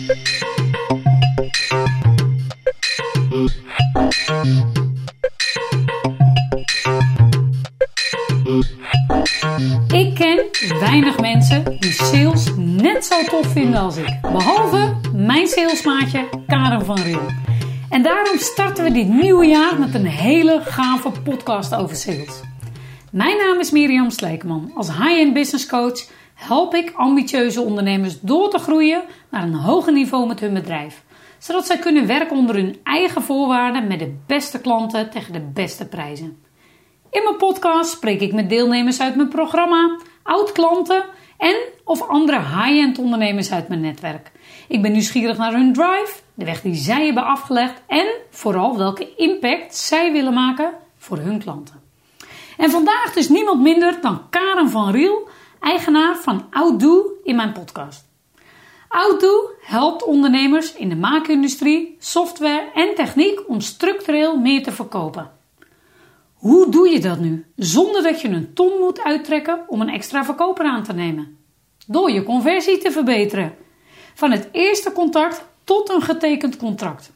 Ik ken weinig mensen die sales net zo tof vinden als ik. Behalve mijn salesmaatje Karen van Riel. En daarom starten we dit nieuwe jaar met een hele gave podcast over sales. Mijn naam is Mirjam Sleekman. Als high-end business coach help ik ambitieuze ondernemers door te groeien naar een hoger niveau met hun bedrijf. Zodat zij kunnen werken onder hun eigen voorwaarden met de beste klanten tegen de beste prijzen. In mijn podcast spreek ik met deelnemers uit mijn programma, oud-klanten en of andere high-end ondernemers uit mijn netwerk. Ik ben nieuwsgierig naar hun drive, de weg die zij hebben afgelegd en vooral welke impact zij willen maken voor hun klanten. En vandaag dus niemand minder dan Karen van Riel, eigenaar van Outdo in mijn podcast. Outdo helpt ondernemers in de maakindustrie, software en techniek om structureel meer te verkopen. Hoe doe je dat nu, zonder dat je een ton moet uittrekken om een extra verkoper aan te nemen? Door je conversie te verbeteren. Van het eerste contact tot een getekend contract.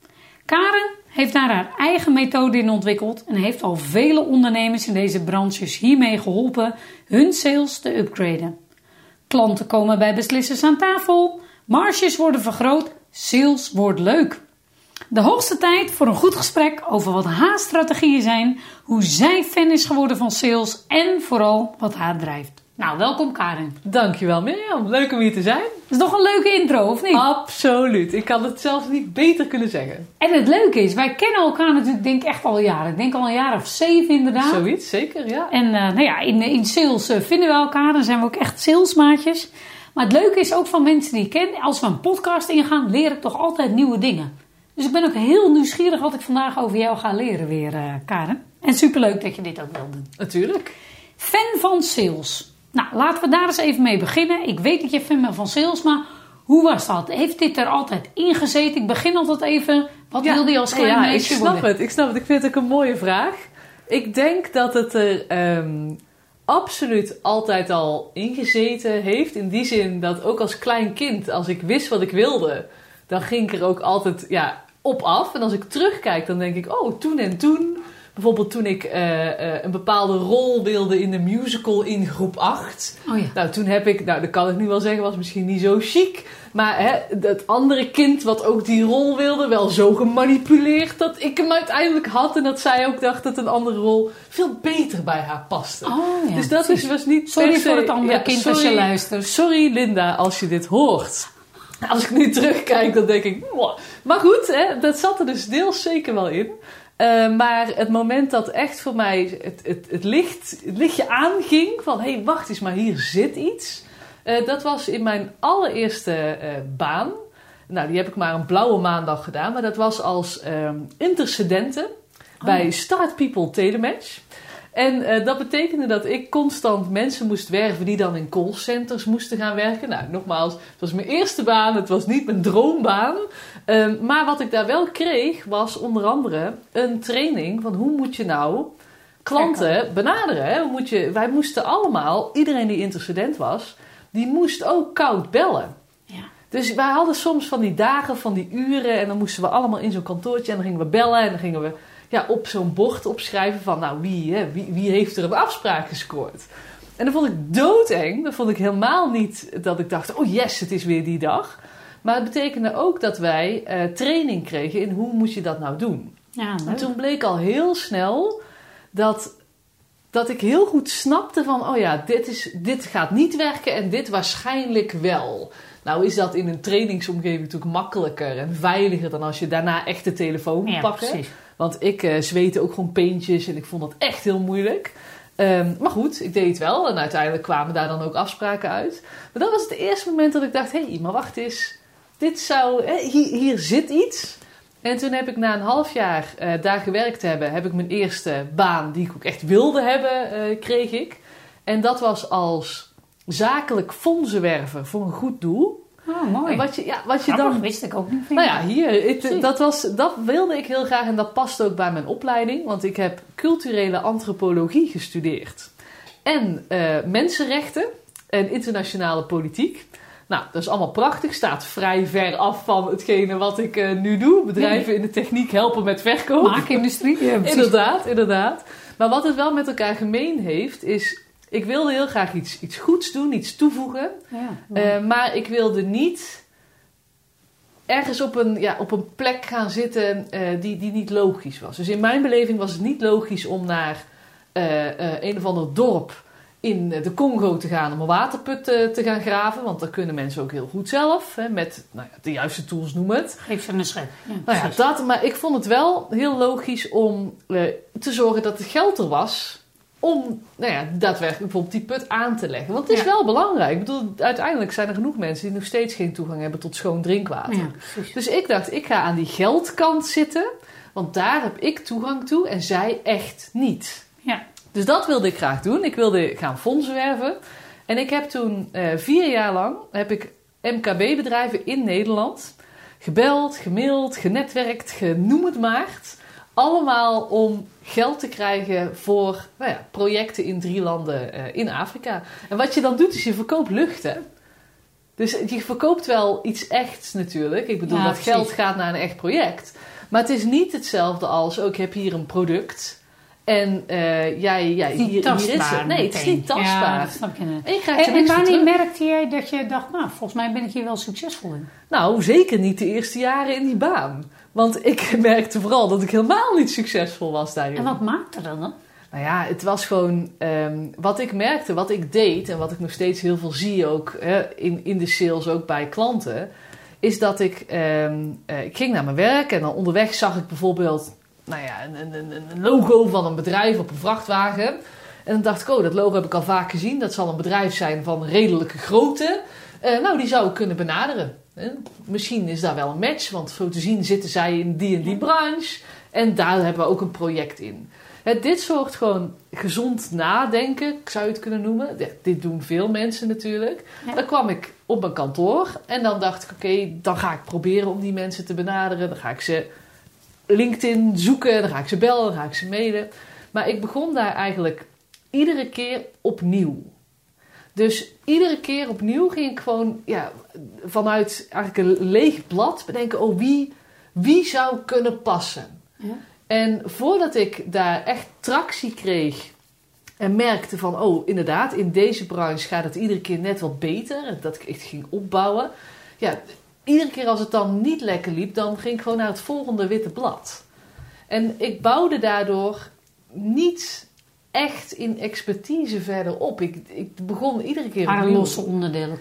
Karen heeft daar haar eigen methode in ontwikkeld en heeft al vele ondernemers in deze branches hiermee geholpen hun sales te upgraden. Klanten komen bij beslissers aan tafel, marges worden vergroot, sales wordt leuk. De hoogste tijd voor een goed gesprek over wat haar strategieën zijn, hoe zij fan is geworden van sales en vooral wat haar drijft. Nou, welkom Karen. Dankjewel Mirjam, leuk om hier te zijn. Dat is toch een leuke intro, of niet? Absoluut, ik kan het zelfs niet beter kunnen zeggen. En het leuke is, wij kennen elkaar natuurlijk denk ik echt al jaren. Ik denk al een jaar of 7 inderdaad. Zoiets, zeker, ja. En in sales vinden we elkaar, dan zijn we ook echt salesmaatjes. Maar het leuke is ook van mensen die ik ken, als we een podcast ingaan, leer ik toch altijd nieuwe dingen. Dus ik ben ook heel nieuwsgierig wat ik vandaag over jou ga leren weer, Karen. En superleuk dat je dit ook wil doen. Natuurlijk. Fan van sales. Nou, laten we daar eens even mee beginnen. Ik weet dat je fan bent van sales, maar hoe was dat? Heeft dit er altijd ingezeten? Ik begin altijd even, wat wilde je als klein meisje worden? Ik snap het. Ik vind het ook een mooie vraag. Ik denk dat het er absoluut altijd al ingezeten heeft. In die zin dat ook als klein kind, als ik wist wat ik wilde, dan ging ik er ook altijd op af. En als ik terugkijk, dan denk ik, oh, toen en toen. Bijvoorbeeld toen ik een bepaalde rol wilde in de musical in groep 8. Oh ja. Nou, toen heb ik, dat kan ik nu wel zeggen, was misschien niet zo chic. Maar het andere kind wat ook die rol wilde, wel zo gemanipuleerd dat ik hem uiteindelijk had. En dat zij ook dacht dat een andere rol veel beter bij haar paste. Oh, ja, dus dat was niet... Sorry voor het andere kind als je luistert. Sorry Linda, als je dit hoort. Als ik nu terugkijk, dan denk ik... Mwah. Maar goed, dat zat er dus deels zeker wel in. Maar het moment dat echt voor mij het lichtje aanging van... Hé, wacht eens, maar hier zit iets. Dat was in mijn allereerste baan. Nou, die heb ik maar een blauwe maandag gedaan. Maar dat was als intercedente bij Start People Telematch. En dat betekende dat ik constant mensen moest werven die dan in callcenters moesten gaan werken. Nou, nogmaals, het was mijn eerste baan. Het was niet mijn droombaan. Maar wat ik daar wel kreeg was onder andere een training van hoe moet je nou klanten benaderen. Hè? Wij moesten allemaal, iedereen die intercedent was, die moest ook koud bellen. Ja. Dus wij hadden soms van die dagen, van die uren en dan moesten we allemaal in zo'n kantoortje en dan gingen we bellen en dan gingen we op zo'n bord opschrijven van nou wie heeft er een afspraak gescoord. En dat vond ik doodeng. Dat vond ik helemaal niet dat ik dacht, oh yes, het is weer die dag. Maar het betekende ook dat wij training kregen in hoe moet je dat nou doen. Ja, en toen bleek al heel snel dat ik heel goed snapte van, oh ja, dit gaat niet werken en dit waarschijnlijk wel. Nou is dat in een trainingsomgeving natuurlijk makkelijker en veiliger dan als je daarna echt de telefoon moet pakken. Precies. Want ik zweette ook gewoon peentjes en ik vond dat echt heel moeilijk. Maar goed, ik deed het wel en uiteindelijk kwamen daar dan ook afspraken uit. Maar dat was het eerste moment dat ik dacht, hé, maar wacht eens. Hier zit iets. En toen heb ik na een half jaar daar gewerkt te hebben, heb ik mijn eerste baan die ik ook echt wilde hebben, kreeg ik. En dat was als zakelijk fondsenwerver voor een goed doel. Oh, mooi. Wat je dan wist ik ook niet. Nou ja, dat wilde ik heel graag en dat past ook bij mijn opleiding. Want ik heb culturele antropologie gestudeerd. En mensenrechten en internationale politiek. Nou, dat is allemaal prachtig. Staat vrij ver af van hetgene wat ik nu doe. Bedrijven in de techniek helpen met verkoop. Maakindustrie. Ja, inderdaad. Maar wat het wel met elkaar gemeen heeft, is... Ik wilde heel graag iets goeds doen, iets toevoegen. Ja. Maar ik wilde niet ergens op een plek gaan zitten die niet logisch was. Dus in mijn beleving was het niet logisch om naar een of ander dorp in de Congo te gaan om een waterput te gaan graven. Want dat kunnen mensen ook heel goed zelf. Hè, met de juiste tools, noem het. Geef ze een schep. Ja, maar ik vond het wel heel logisch om te zorgen dat het geld er was... om daadwerkelijk bijvoorbeeld die put aan te leggen. Want het is wel belangrijk. Ik bedoel, uiteindelijk zijn er genoeg mensen... die nog steeds geen toegang hebben tot schoon drinkwater. Ja, dus ik dacht, ik ga aan die geldkant zitten... want daar heb ik toegang toe en zij echt niet. Ja. Dus dat wilde ik graag doen. Ik wilde gaan fondsen werven. En ik heb toen 4 jaar lang... heb ik MKB-bedrijven in Nederland... gebeld, gemaild, genetwerkt, noem het maar... allemaal om geld te krijgen voor projecten in 3 landen in Afrika. En wat je dan doet, is je verkoopt lucht, hè? Dus je verkoopt wel iets echts natuurlijk. Ik bedoel, dat geld gaat naar een echt project. Maar het is niet hetzelfde als... ik heb hier een product... En hier is het. Nee, het is niet tastbaar. Ja, dat snap je. En wanneer merkte jij dat je dacht... volgens mij ben ik hier wel succesvol in? Nou, zeker niet de eerste jaren in die baan. Want ik merkte vooral dat ik helemaal niet succesvol was daarin. En wat maakte dat dan? Nou ja, het was gewoon... wat ik merkte, wat ik deed... en wat ik nog steeds heel veel zie ook... in de sales, ook bij klanten... is dat ik ging naar mijn werk... en dan onderweg zag ik bijvoorbeeld... een logo van een bedrijf op een vrachtwagen. En dan dacht ik, dat logo heb ik al vaak gezien. Dat zal een bedrijf zijn van redelijke grootte. Die zou ik kunnen benaderen. Misschien is daar wel een match, want zo te zien zitten zij in die en die branche. En daar hebben we ook een project in. Dit soort gewoon gezond nadenken, zou je het kunnen noemen. Dit doen veel mensen natuurlijk. Ja. Dan kwam ik op mijn kantoor en dan dacht ik, oké, dan ga ik proberen om die mensen te benaderen. Dan ga ik ze LinkedIn zoeken, dan ga ik ze bellen, dan ga ik ze mailen. Maar ik begon daar eigenlijk iedere keer opnieuw. Dus iedere keer opnieuw ging ik gewoon vanuit eigenlijk een leeg blad bedenken... wie zou kunnen passen? Ja. En voordat ik daar echt tractie kreeg en merkte van... inderdaad, in deze branche gaat het iedere keer net wat beter. Dat ik echt ging opbouwen. Ja, iedere keer als het dan niet lekker liep, dan ging ik gewoon naar het volgende witte blad. En ik bouwde daardoor niet... echt in expertise verder op. Ik begon iedere keer... Maar losse onderdelen.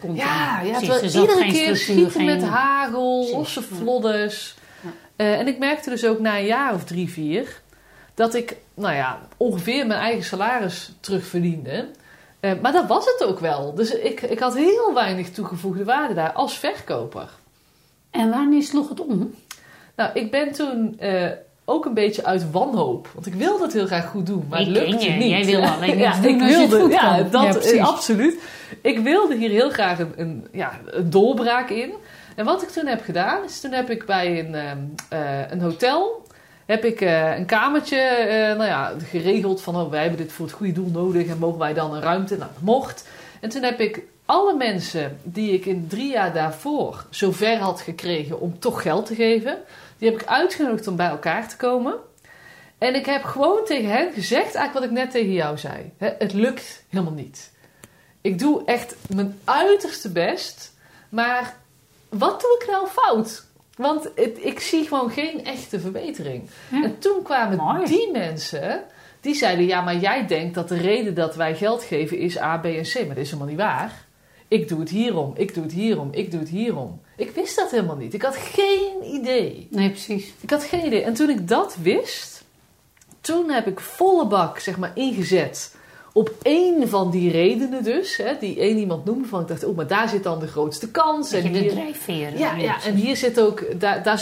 Iedere keer schieten met hagel, losse flodders. Ja. En ik merkte dus ook na een jaar of 3, 4... dat ik ongeveer mijn eigen salaris terugverdiende. Maar dat was het ook wel. Dus ik had heel weinig toegevoegde waarde daar als verkoper. En wanneer sloeg het om? Nou, ik ben toen... ook een beetje uit wanhoop. Want ik wilde het heel graag goed doen, maar het lukte niet. Jij wilde alleen iets doen als je het goed kan. Absoluut. Ik wilde hier heel graag een doorbraak in. En wat ik toen heb gedaan, is toen heb ik bij een hotel... heb ik een kamertje geregeld van... wij hebben dit voor het goede doel nodig en mogen wij dan een ruimte? Nou, dat mocht. En toen heb ik alle mensen die ik in 3 jaar daarvoor... zover had gekregen om toch geld te geven... die heb ik uitgenodigd om bij elkaar te komen. En ik heb gewoon tegen hen gezegd, eigenlijk wat ik net tegen jou zei. Het lukt helemaal niet. Ik doe echt mijn uiterste best. Maar wat doe ik nou fout? Want ik zie gewoon geen echte verbetering. Ja. En toen kwamen die mensen, die zeiden... ja, maar jij denkt dat de reden dat wij geld geven is A, B en C. Maar dat is helemaal niet waar. Ik doe het hierom, ik doe het hierom, ik doe het hierom. Ik wist dat helemaal niet. Ik had geen idee. Nee, precies. Ik had geen idee. En toen ik dat wist, toen heb ik volle bak, ingezet op 1 van die redenen dus. Die 1 iemand noemde van, ik dacht, maar daar zit dan de grootste kans. En de drijfveren. Ja, en hier zit ook, daar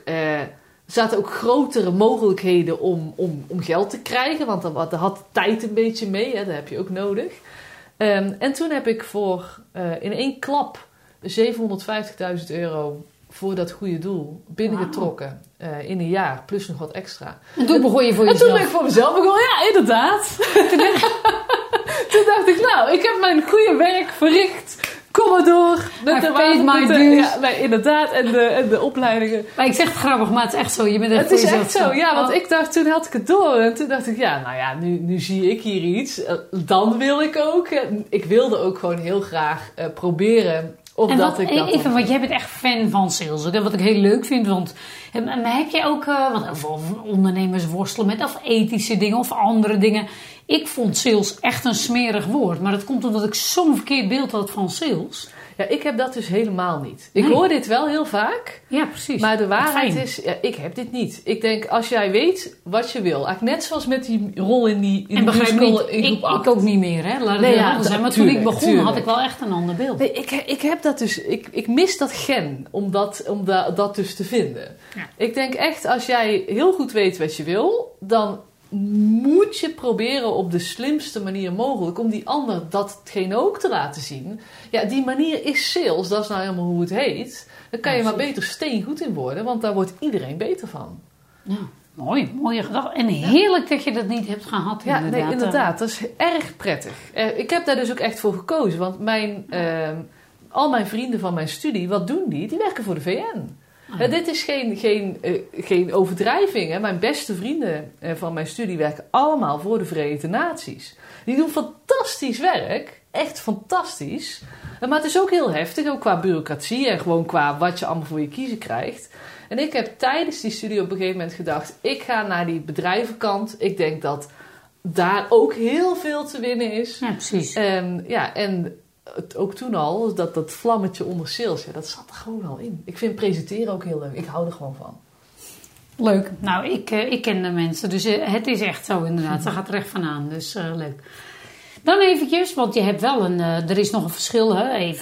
zaten ook grotere mogelijkheden om geld te krijgen. Want dat had tijd een beetje mee, dat heb je ook nodig. En toen heb ik in 1 klap €750.000 voor dat goede doel binnengetrokken in een jaar, plus nog wat extra. En toen begon je voor jezelf? En toen ben ik voor mezelf begonnen, ja, inderdaad. Toen dacht ik, ik heb mijn goede werk verricht. kom maar door. Inderdaad. En de opleidingen. Maar ik zeg het grappig, maar het is echt zo. Je bent echt het is echt zo, ja. Want ik dacht, toen had ik het door. En toen dacht ik, nu zie ik hier iets. Dan wil ik ook. Ik wilde ook gewoon heel graag proberen. Want jij bent echt fan van sales. Wat ik heel leuk vind. Want heb je ook... want ondernemers worstelen met of ethische dingen of andere dingen. Ik vond sales echt een smerig woord. Maar dat komt omdat ik zo'n verkeerd beeld had van sales. Ja, ik heb dat dus helemaal niet. Ik hoor dit wel heel vaak. Ja, precies. Maar de waarheid is, ik heb dit niet. Ik denk, als jij weet wat je wil. Eigenlijk net zoals met die rol in musical in groep 8. Ik ook niet meer, hè. Laat het zijn. Maar toen ik begon had ik wel echt een ander beeld. Nee, ik heb dat dus... Ik mis dat gen om dat dus te vinden. Ja. Ik denk echt, als jij heel goed weet wat je wil, dan moet je proberen op de slimste manier mogelijk om die ander datgene ook te laten zien. Ja, die manier is sales. Dat is nou helemaal hoe het heet. Dan kan je maar beter steengoed in worden, want daar wordt iedereen beter van. Ja, mooie gedachte. En heerlijk dat je dat niet hebt gehad. Ja, inderdaad. Nee, inderdaad. Dat is erg prettig. Ik heb daar dus ook echt voor gekozen, want al mijn vrienden van mijn studie, wat doen die? Die werken voor de VN. Dit is geen overdrijving. Hè. Mijn beste vrienden van mijn studie werken allemaal voor de Verenigde Naties. Die doen fantastisch werk. Echt fantastisch. Maar het is ook heel heftig. Ook qua bureaucratie en gewoon qua wat je allemaal voor je kiezen krijgt. En ik heb tijdens die studie op een gegeven moment gedacht, ik ga naar die bedrijvenkant. Ik denk dat daar ook heel veel te winnen is. Ja, precies. En ook toen al, dat vlammetje onder sales, dat zat er gewoon al in. Ik vind presenteren ook heel leuk. Ik hou er gewoon van. Leuk. Nou, ik ken de mensen. Dus het is echt zo inderdaad. Ze gaat er echt van aan. Dus leuk. Dan eventjes, want je hebt wel er is nog een verschil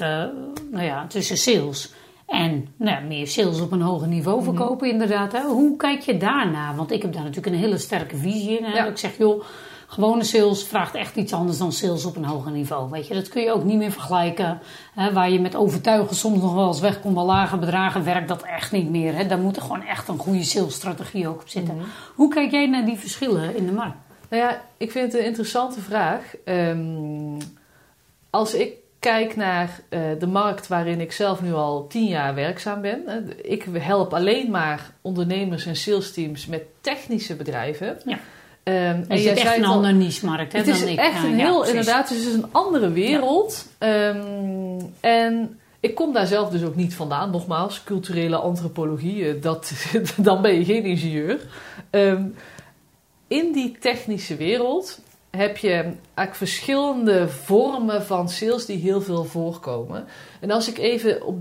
tussen sales en meer sales op een hoger niveau verkopen inderdaad. Hè. Hoe kijk je daarnaar? Want ik heb daar natuurlijk een hele sterke visie in. Hè. Ja. Ik zeg, gewone sales vraagt echt iets anders dan sales op een hoger niveau. Weet je, dat kun je ook niet meer vergelijken. Hè, waar je met overtuigen soms nog wel eens wegkomt bij lage bedragen, werkt dat echt niet meer. Hè. Daar moet er gewoon echt een goede salesstrategie ook op zitten. Mm-hmm. Hoe kijk jij naar die verschillen in de markt? Nou ja, ik vind het een interessante vraag. Als ik kijk naar de markt waarin ik zelf nu al 10 jaar werkzaam ben. Ik help alleen maar ondernemers en salesteams met technische bedrijven. Ja. Het is echt een andere niche-markt. Het is echt inderdaad, dus het is een andere wereld. Ja. En ik kom daar zelf dus ook niet vandaan. Nogmaals, culturele antropologie, dan ben je geen ingenieur. In die technische wereld heb je eigenlijk verschillende vormen van sales die heel veel voorkomen. En als ik even op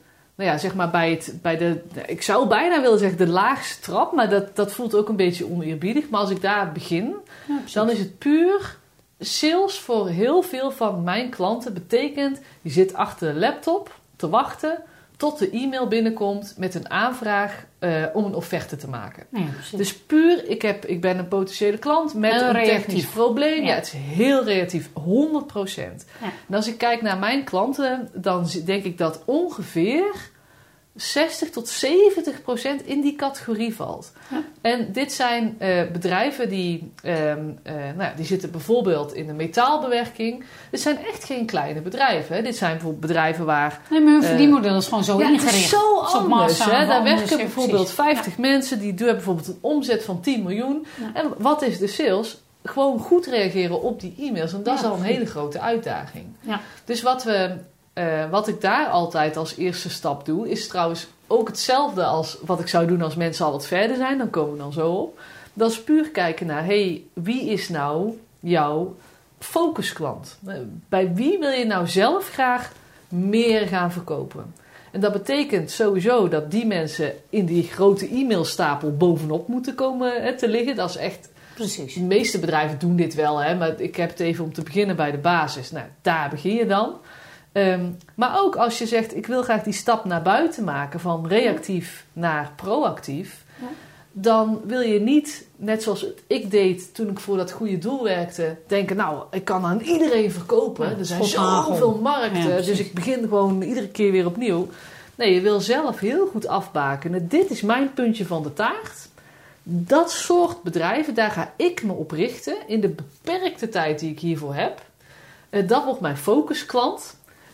ik zou bijna willen zeggen de laagste trap, maar dat voelt ook een beetje oneerbiedig. Maar als ik daar begin, dan is het puur sales voor heel veel van mijn klanten. Betekent, die zit achter de laptop te wachten tot de e-mail binnenkomt met een aanvraag om een offerte te maken. Ja, dus puur, ik ben een potentiële klant met heel een technisch probleem. Ja, het is heel reactief, 100%. Ja. En als ik kijk naar mijn klanten, dan denk ik dat ongeveer 60 tot 70% in die categorie valt. Ja. En dit zijn bedrijven die zitten bijvoorbeeld in de metaalbewerking. Dit zijn echt geen kleine bedrijven. Hè. Dit zijn bijvoorbeeld bedrijven waar... Nee, maar hun verdienmodel is gewoon zo ingericht. Het is zo anders. Hè. Daar werken bijvoorbeeld 50 mensen die hebben bijvoorbeeld een omzet van 10 miljoen. Ja. En wat is de sales? Gewoon goed reageren op die e-mails. En dat is al een hele grote uitdaging. Ja. Dus wat ik daar altijd als eerste stap doe, is trouwens ook hetzelfde als wat ik zou doen als mensen al wat verder zijn. Dan komen we dan zo op. Dat is puur kijken naar, wie is nou jouw focusklant? Bij wie wil je nou zelf graag meer gaan verkopen? En dat betekent sowieso dat die mensen in die grote e-mailstapel bovenop moeten komen te liggen. Dat is echt... Precies. De meeste bedrijven doen dit wel, maar ik heb het even om te beginnen bij de basis. Nou, daar begin je dan. Maar ook als je zegt, ik wil graag die stap naar buiten maken van reactief naar proactief. Ja. Dan wil je niet, net zoals ik deed toen ik voor dat goede doel werkte, denken, ik kan aan iedereen verkopen. Er zijn zoveel markten, dus ik begin gewoon iedere keer weer opnieuw. Nee, je wil zelf heel goed afbakenen. Dit is mijn puntje van de taart. Dat soort bedrijven, daar ga ik me op richten in de beperkte tijd die ik hiervoor heb. Dat wordt mijn focusklant.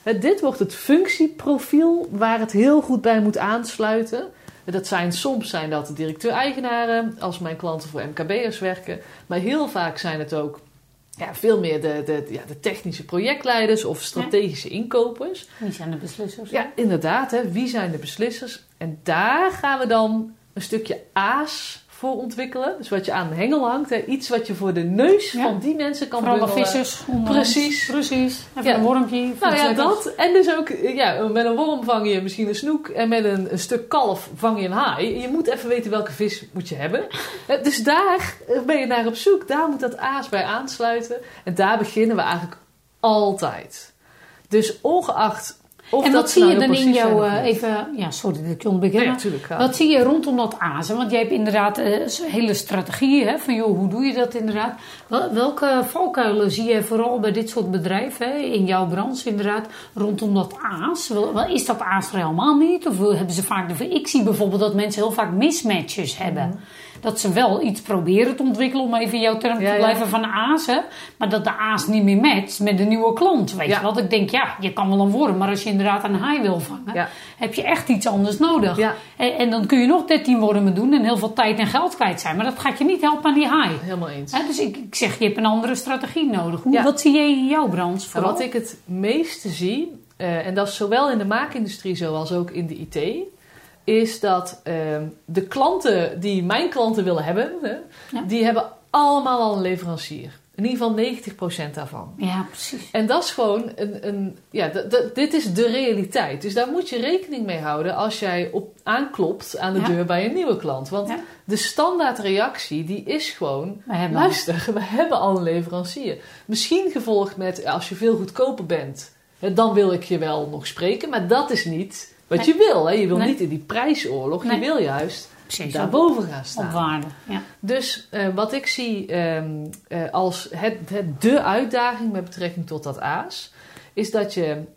Dit wordt het functieprofiel waar het heel goed bij moet aansluiten. Soms zijn dat de directeur-eigenaren, als mijn klanten voor MKB'ers werken. Maar heel vaak zijn het ook veel meer de technische projectleiders of strategische inkopers. Wie zijn de beslissers? Ja, inderdaad. Wie zijn de beslissers? En daar gaan we dan een stukje aas voor ontwikkelen. Dus wat je aan de hengel hangt. Iets wat je voor de neus van die mensen kan bungelen. Vooral vissers. Precies. Even een wormpje. Dat. En dus ook, met een worm vang je misschien een snoek. En met een stuk kalf vang je een haai. Je moet even weten welke vis moet je hebben. Dus daar ben je naar op zoek. Daar moet dat aas bij aansluiten. En daar beginnen we eigenlijk altijd. Dus ongeacht... En wat zie je dan in jouw... sorry dat ik je onderbegin. Wat zie je rondom dat azen? Want jij hebt inderdaad hele strategieën. Van hoe doe je dat inderdaad? Welke valkuilen zie je vooral bij dit soort bedrijven? In jouw branche inderdaad. Rondom dat aas. Is dat aas er helemaal niet? Of hebben ze vaak... Ik zie bijvoorbeeld dat mensen heel vaak mismatches hebben. Dat ze wel iets proberen te ontwikkelen, om even in jouw term te blijven van aas. Hè? Maar dat de aas niet meer matcht met de nieuwe klant. Weet je wat? Ik denk, je kan wel een worm. Maar als je inderdaad een haai wil vangen, heb je echt iets anders nodig. Ja. En dan kun je nog 13 wormen doen en heel veel tijd en geld kwijt zijn. Maar dat gaat je niet helpen aan die haai. Helemaal eens. Dus ik zeg, je hebt een andere strategie nodig. Wat zie jij in jouw branche vooral? Wat ik het meeste zie, en dat is zowel in de maakindustrie zoals ook in de IT... is dat de klanten die mijn klanten willen hebben... die hebben allemaal al een leverancier. In ieder geval 90% daarvan. Ja, precies. En dat is gewoon dit is de realiteit. Dus daar moet je rekening mee houden als jij aanklopt aan de deur bij een nieuwe klant. Want de standaardreactie die is gewoon... we hebben al een leverancier. Misschien gevolgd met, als je veel goedkoper bent... dan wil ik je wel nog spreken, maar dat is niet... wat je wil, hè? Je wil niet in die prijsoorlog. Je wil juist daarboven gaan staan. Op waarde, Dus wat ik zie als de uitdaging met betrekking tot dat aas... is dat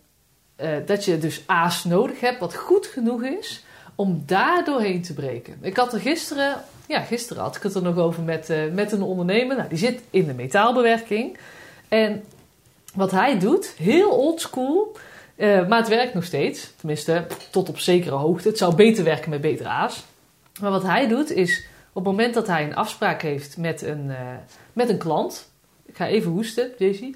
je dus aas nodig hebt wat goed genoeg is... om daar doorheen te breken. Ik had er gisteren had ik het er nog over met een ondernemer. Nou, die zit in de metaalbewerking. En wat hij doet, heel oldschool... maar het werkt nog steeds. Tenminste, tot op zekere hoogte. Het zou beter werken met betere aas. Maar wat hij doet is... op het moment dat hij een afspraak heeft met een klant... Ik ga even hoesten, Daisy.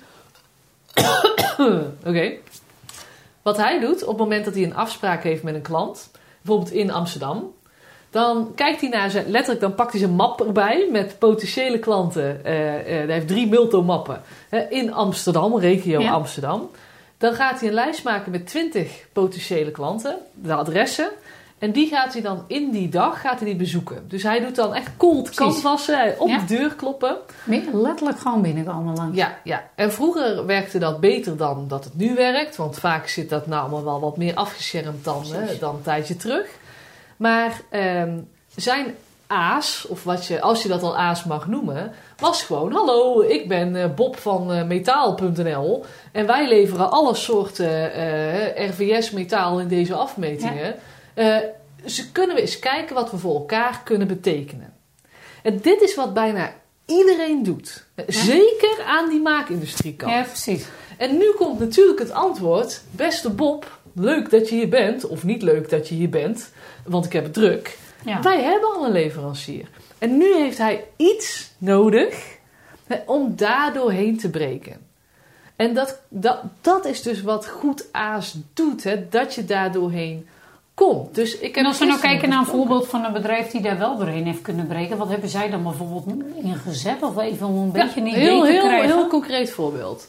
Oké. Wat hij doet op het moment dat hij een afspraak heeft met een klant... bijvoorbeeld in Amsterdam... dan kijkt hij naar letterlijk, dan pakt hij zijn map erbij... met potentiële klanten. Hij heeft 3 Multo-mappen. In Amsterdam, regio Amsterdam... Dan gaat hij een lijst maken met 20 potentiële klanten, de adressen. En die gaat hij dan in die dag bezoeken. Dus hij doet dan echt cold canvassen, op de deur kloppen. Letterlijk gewoon binnenkomen langs. Ja. En vroeger werkte dat beter dan dat het nu werkt. Want vaak zit dat nou allemaal wel wat meer afgeschermd dan een tijdje terug. Maar zijn aas, of als je dat al aas mag noemen... was gewoon, hallo, ik ben Bob van metaal.nl... en wij leveren alle soorten RVS-metaal in deze afmetingen. Dus kunnen we eens kijken wat we voor elkaar kunnen betekenen. En dit is wat bijna iedereen doet. Zeker aan die maakindustriekant. Ja, precies. En nu komt natuurlijk het antwoord... beste Bob, leuk dat je hier bent... of niet leuk dat je hier bent, want ik heb het druk... Wij hebben al een leverancier. En nu heeft hij iets nodig om daar doorheen te breken. En dat is dus wat goed aas doet. Dat je daar doorheen komt. Dus en als we nou kijken naar een voorbeeld van een bedrijf die daar wel doorheen heeft kunnen breken. Wat hebben zij dan bijvoorbeeld ingezet? Of even om een beetje een idee te krijgen? Heel concreet voorbeeld.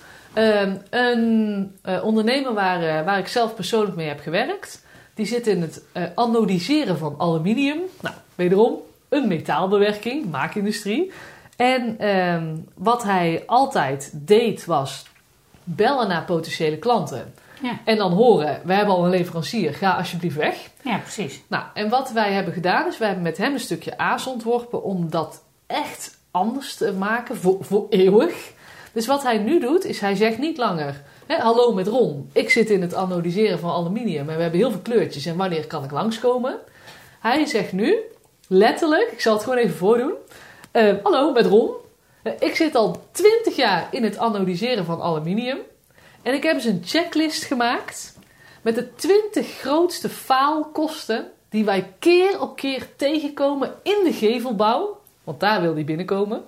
Een ondernemer waar ik zelf persoonlijk mee heb gewerkt. Die zit in het anodiseren van aluminium. Nou, wederom een metaalbewerking, maakindustrie. En wat hij altijd deed was bellen naar potentiële klanten. Ja. En dan horen, we hebben al een leverancier, ga alsjeblieft weg. Ja, precies. Nou, en wat wij hebben gedaan is, wij hebben met hem een stukje aas ontworpen om dat echt anders te maken voor eeuwig. Dus wat hij nu doet, is hij zegt niet langer... hallo met Ron, ik zit in het anodiseren van aluminium en we hebben heel veel kleurtjes en wanneer kan ik langskomen? Hij zegt nu, letterlijk, ik zal het gewoon even voordoen. Hallo met Ron, ik zit al 20 jaar in het anodiseren van aluminium En ik heb eens een checklist gemaakt met de 20 grootste faalkosten die wij keer op keer tegenkomen in de gevelbouw. Want daar wil die binnenkomen.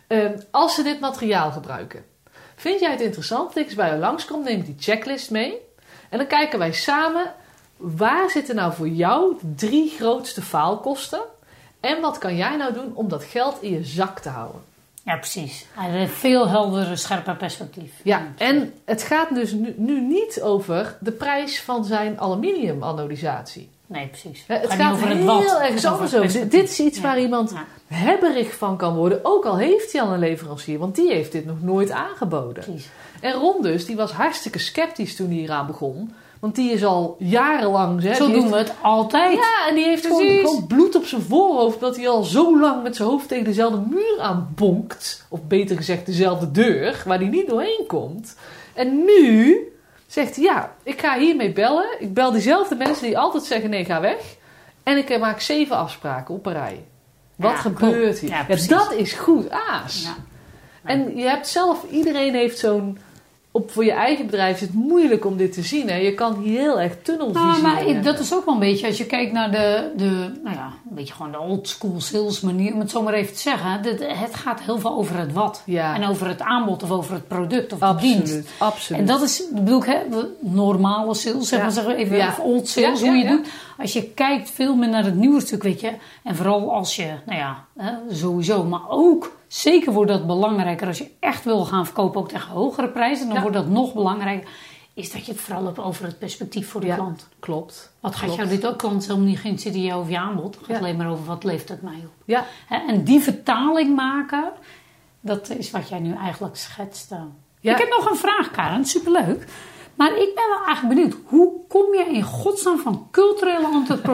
Als ze dit materiaal gebruiken. Vind jij het interessant dat ik eens bij jou langskom, neem ik die checklist mee. En dan kijken wij samen, waar zitten nou voor jou de 3 grootste faalkosten? En wat kan jij nou doen om dat geld in je zak te houden? Ja, precies. Een veel heldere, scherper perspectief. Ja, en het gaat dus nu niet over de prijs van zijn aluminiumanodisatie. Nee, precies. Het gaat over het heel wat. erg anders over. Dit is iets waar iemand hebberig van kan worden. Ook al heeft hij al een leverancier. Want die heeft dit nog nooit aangeboden. Precies. En Ron dus, die was hartstikke sceptisch toen hij hieraan begon. Want die is al jarenlang... Zo doen we het altijd. Ja, en die heeft gewoon bloed op zijn voorhoofd. Omdat hij al zo lang met zijn hoofd tegen dezelfde muur aanbonkt. Of beter gezegd dezelfde deur. Waar hij niet doorheen komt. En nu zegt hij, ja, ik ga hiermee bellen. Ik bel diezelfde mensen die altijd zeggen, nee, ga weg. En ik maak 7 afspraken op een rij. Wat gebeurt hier? Ja, dat is goed aas. Ja. En je hebt zelf, iedereen heeft zo'n... Voor je eigen bedrijf is het moeilijk om dit te zien. Hè? Je kan hier heel erg tunnelvisie maar dat is ook wel een beetje, als je kijkt naar een beetje gewoon de old school sales manier, om het zo maar even te zeggen. Het gaat heel veel over het wat. Ja. En over het aanbod of over het product of de dienst. Absoluut. En dat is, bedoel ik, normale sales, zeg maar zeggen even, of old sales, hoe je het doet. Als je kijkt veel meer naar het nieuwe stuk, weet je. En vooral als je, sowieso, maar ook... Zeker wordt dat belangrijker als je echt wil gaan verkopen, ook tegen hogere prijzen. Dan wordt dat nog belangrijker. Is dat je het vooral hebt over het perspectief voor de klant. Klopt. Wat gaat jou dit ook klant helemaal niet geïnteresseerd in jou of je aanbod. Het gaat alleen maar over wat levert het mij op. Ja. En die vertaling maken, dat is wat jij nu eigenlijk schetst. Ja. Ik heb nog een vraag, Karen. Superleuk. Maar ik ben wel eigenlijk benieuwd. Hoe kom je in godsnaam van culturele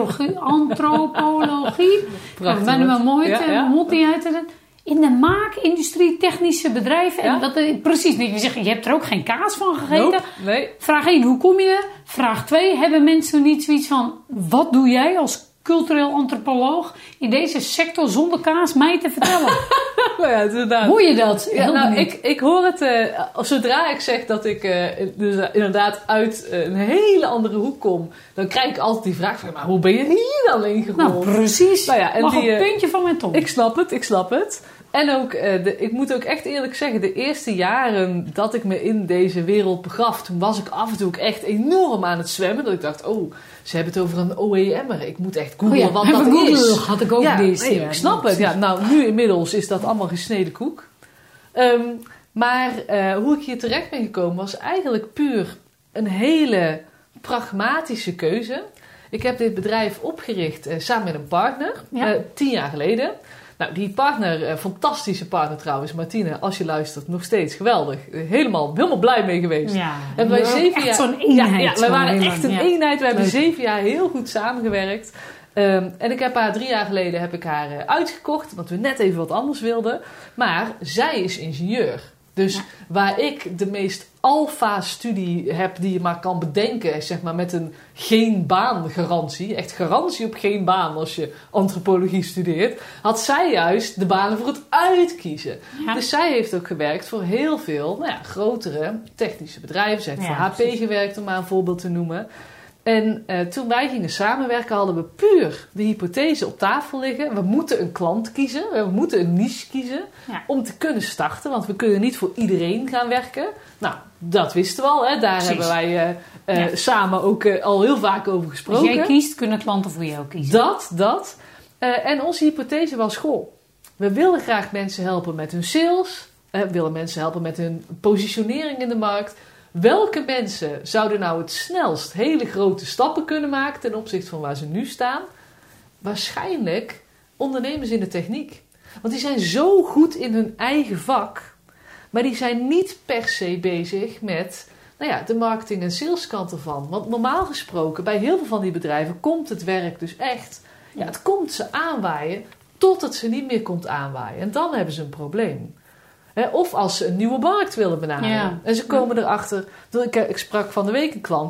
antropologie... Prachtig. Ik ben er wel mooi mond niet uit te in de maakindustrie, technische bedrijven. En dat, precies, je zegt, je hebt er ook geen kaas van gegeten. Nope, nee. Vraag 1, hoe kom je er? Vraag 2, hebben mensen niet zoiets van... Wat doe jij als cultureel antropoloog in deze sector zonder kaas mij te vertellen? Ja, inderdaad. Hoor je dat? Ik hoor het... zodra ik zeg dat ik dus inderdaad uit een hele andere hoek kom... dan krijg ik altijd die vraag van... maar hoe ben je hier dan ingerold? Nou, precies. En Mag op het puntje van mijn tong. Ik snap het. En ook, ik moet ook echt eerlijk zeggen... de eerste jaren dat ik me in deze wereld begaf... toen was ik af en toe ook echt enorm aan het zwemmen. Dat ik dacht, ze hebben het over een OEM'er. Ik moet echt googlen wat dat is. Had ik ook ik snap het. Ja, nou, nu inmiddels is dat allemaal gesneden koek. Maar hoe ik hier terecht ben gekomen... was eigenlijk puur een hele pragmatische keuze. Ik heb dit bedrijf opgericht samen met een partner. 10 jaar geleden. Nou, die partner, fantastische partner trouwens, Martine, als je luistert, nog steeds geweldig. Helemaal blij mee geweest. Ja, en wij 7 jaar, zo'n eenheid. We waren echt een eenheid. We hebben 7 jaar heel goed samengewerkt. En ik heb haar 3 jaar geleden uitgekocht, omdat we net even wat anders wilden. Maar zij is ingenieur. Dus waar ik de meest alfa-studie heb die je maar kan bedenken, zeg maar met een geen baan garantie, echt garantie op geen baan als je antropologie studeert, had zij juist de banen voor het uitkiezen. Ja. Dus zij heeft ook gewerkt voor heel veel grotere technische bedrijven. Ze heeft voor HP gewerkt, om maar een voorbeeld te noemen. En toen wij gingen samenwerken hadden we puur de hypothese op tafel liggen. We moeten een klant kiezen. We moeten een niche kiezen om te kunnen starten. Want we kunnen niet voor iedereen gaan werken. Nou, dat wisten we al. Hè. Daar hebben wij samen ook al heel vaak over gesproken. Als jij kiest, kunnen klanten voor jou kiezen. Dat. En onze hypothese was, we willen graag mensen helpen met hun sales. We willen mensen helpen met hun positionering in de markt. Welke mensen zouden nou het snelst hele grote stappen kunnen maken ten opzichte van waar ze nu staan? Waarschijnlijk ondernemers in de techniek. Want die zijn zo goed in hun eigen vak, maar die zijn niet per se bezig met de marketing- en saleskant ervan. Want normaal gesproken, bij heel veel van die bedrijven komt het werk dus echt, het komt ze aanwaaien tot het ze niet meer komt aanwaaien. En dan hebben ze een probleem. Of als ze een nieuwe markt willen benaderen. Ja. En ze komen erachter. Ik sprak van de week een klant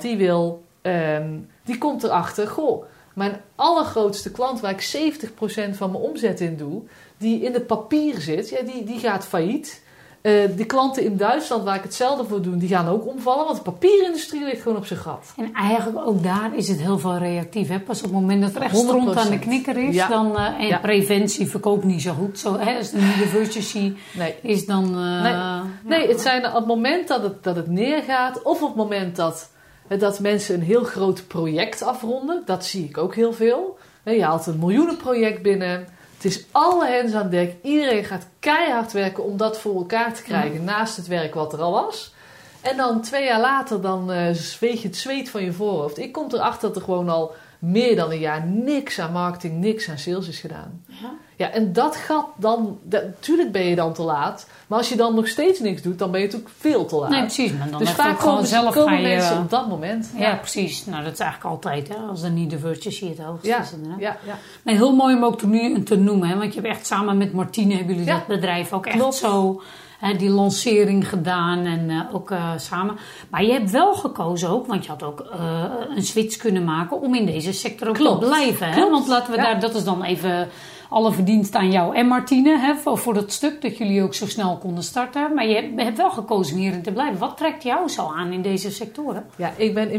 die komt erachter. Mijn allergrootste klant waar ik 70% van mijn omzet in doe, die in het papier zit, die gaat failliet. De klanten in Duitsland, waar ik hetzelfde voor doe, die gaan ook omvallen. Want de papierindustrie ligt gewoon op zijn gat. En eigenlijk ook daar is het heel veel reactief. Hè? Pas op het moment dat er echt stront aan de knikker is. Ja. Dan, en preventie verkoopt niet zo goed. Zo, hè, als de university is dan... Nee, het zijn op het moment dat het neergaat. Of op het moment dat mensen een heel groot project afronden. Dat zie ik ook heel veel. Je haalt een miljoenenproject binnen. Het is alle hens aan dek. Iedereen gaat keihard werken om dat voor elkaar te krijgen. Naast het werk wat er al was. En dan 2 jaar later dan zweeg je het zweet van je voorhoofd. Ik kom erachter dat er gewoon al meer dan een jaar niks aan marketing, niks aan sales is gedaan. Ja, en dat gat dan... Natuurlijk ben je dan te laat. Maar als je dan nog steeds niks doet, dan ben je natuurlijk veel te laat. Nee, precies. Maar dan dus vaak komen mensen op dat moment. Ja, precies. Nou, dat is eigenlijk altijd, hè. Als de need diversity het hoogste is. Ja. Maar heel mooi om ook te noemen, hè. Want je hebt echt samen met Martine, hebben jullie dat bedrijf ook echt zo... die lancering gedaan en ook samen. Maar je hebt wel gekozen ook, want je had ook een switch kunnen maken om in deze sector ook te blijven. Hè? Want laten we daar, dat is dan even alle verdienst aan jou en Martine, hè, voor dat stuk dat jullie ook zo snel konden starten. Maar je hebt wel gekozen om hierin te blijven. Wat trekt jou zo aan in deze sectoren? Ja,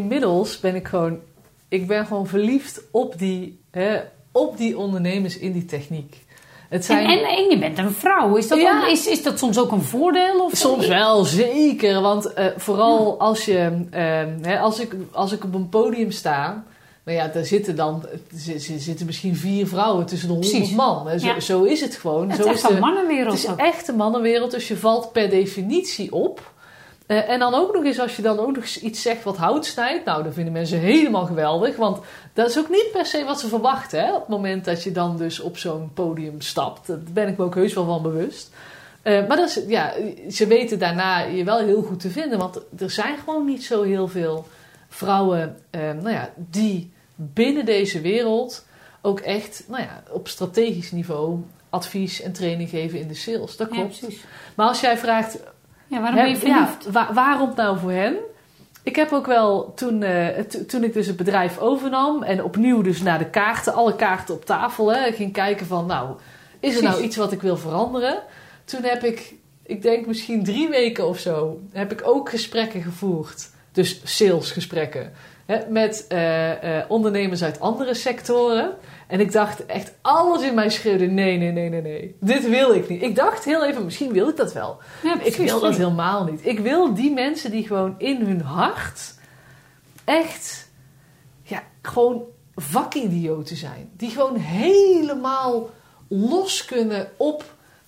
ik ben gewoon verliefd op die ondernemers in die techniek. En je bent een vrouw. Is dat soms ook een voordeel? Of soms wel, zeker. Want vooral als ik op een podium sta... Nou ja, daar zitten misschien 4 vrouwen tussen de 100 man. Zo is het gewoon. Het is echt een mannenwereld. Het is echt een mannenwereld, dus je valt per definitie op. En dan ook nog eens, als je dan ook nog eens iets zegt wat hout snijdt... Nou, dan vinden mensen helemaal geweldig. Want dat is ook niet per se wat ze verwachten. Hè? Op het moment dat je dan dus op zo'n podium stapt. Daar ben ik me ook heus wel van bewust. Maar dat is, ze weten daarna je wel heel goed te vinden. Want er zijn gewoon niet zo heel veel vrouwen die binnen deze wereld... ook echt op strategisch niveau advies en training geven in de sales. Dat klopt. Ja, maar als jij vraagt... Ja, waarom ben je verliefd? Waarom nou voor hen? Ik heb ook wel, toen ik dus het bedrijf overnam... en opnieuw dus naar de kaarten, alle kaarten op tafel... ging kijken van, is er nou iets wat ik wil veranderen? Toen heb ik denk misschien 3 weken of zo... heb ik ook gesprekken gevoerd. Dus salesgesprekken. Met ondernemers uit andere sectoren... En ik dacht echt, alles in mij schreeuwde, nee. Dit wil ik niet. Ik dacht heel even, misschien wil ik dat wel. Ja, ik wil dat helemaal niet. Ik wil die mensen die gewoon in hun hart echt, gewoon vakidioten zijn. Die gewoon helemaal los kunnen op,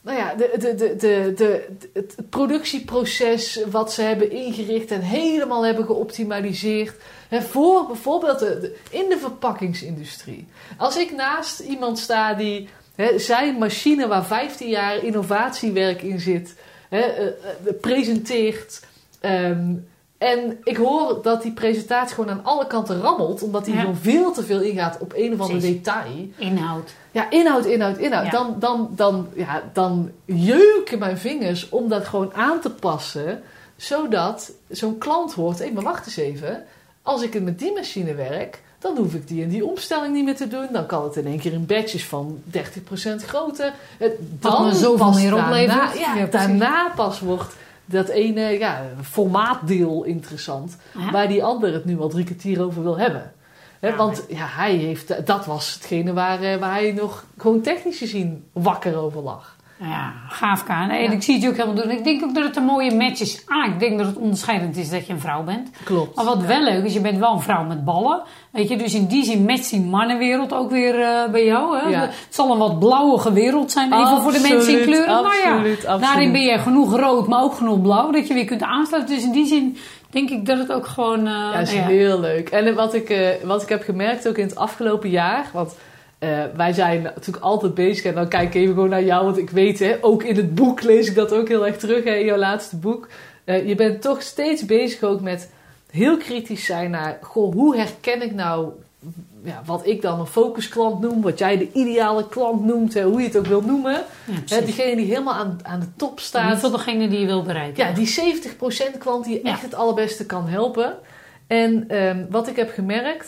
het productieproces wat ze hebben ingericht en helemaal hebben geoptimaliseerd. Voor bijvoorbeeld in de verpakkingsindustrie. Als ik naast iemand sta die zijn machine waar 15 jaar innovatiewerk in zit, presenteert. En ik hoor dat die presentatie gewoon aan alle kanten rammelt, omdat hij gewoon veel te veel ingaat op een of ander detail. Inhoud. Ja, inhoud. Ja. Dan jeuken mijn vingers om dat gewoon aan te passen, zodat zo'n klant hoort, hé, maar wacht eens even. Als ik met die machine werk, dan hoef ik die en die omstelling niet meer te doen. Dan kan het in één keer in batches van 30% groter. Dan zoveel meer oplevert. Daarna pas wordt dat ene formaatdeel interessant. Ja. Waar die ander het nu al 3 kwartier over wil hebben. Want dat was hetgene waar hij nog gewoon technisch gezien wakker over lag. Ja, gaaf Kaan. En ik zie het je ook helemaal doen. Ik denk ook dat het een mooie match is. Ik denk dat het onderscheidend is dat je een vrouw bent. Klopt. Maar wat wel leuk is, je bent wel een vrouw met ballen. Weet je, dus in die zin matcht die mannenwereld ook weer bij jou. Hè? Ja. Het zal een wat blauwige wereld zijn, even voor de mensen in kleuren. Absoluut. Daarin ben je genoeg rood, maar ook genoeg blauw. Dat je weer kunt aansluiten. Dus in die zin denk ik dat het ook gewoon... is heel leuk. En wat ik heb gemerkt ook in het afgelopen jaar... Want wij zijn natuurlijk altijd bezig. En dan kijk ik even gewoon naar jou. Want ik weet, ook in het boek lees ik dat ook heel erg terug. In jouw laatste boek. Je bent toch steeds bezig ook met heel kritisch zijn naar... Goh, hoe herken ik nou wat ik dan een focusklant noem. Wat jij de ideale klant noemt. Hoe je het ook wil noemen. Ja, diegene die helemaal aan de top staat. Niet voor degene die je wil bereiken. Ja, die 70% klant die je echt het allerbeste kan helpen. En wat ik heb gemerkt...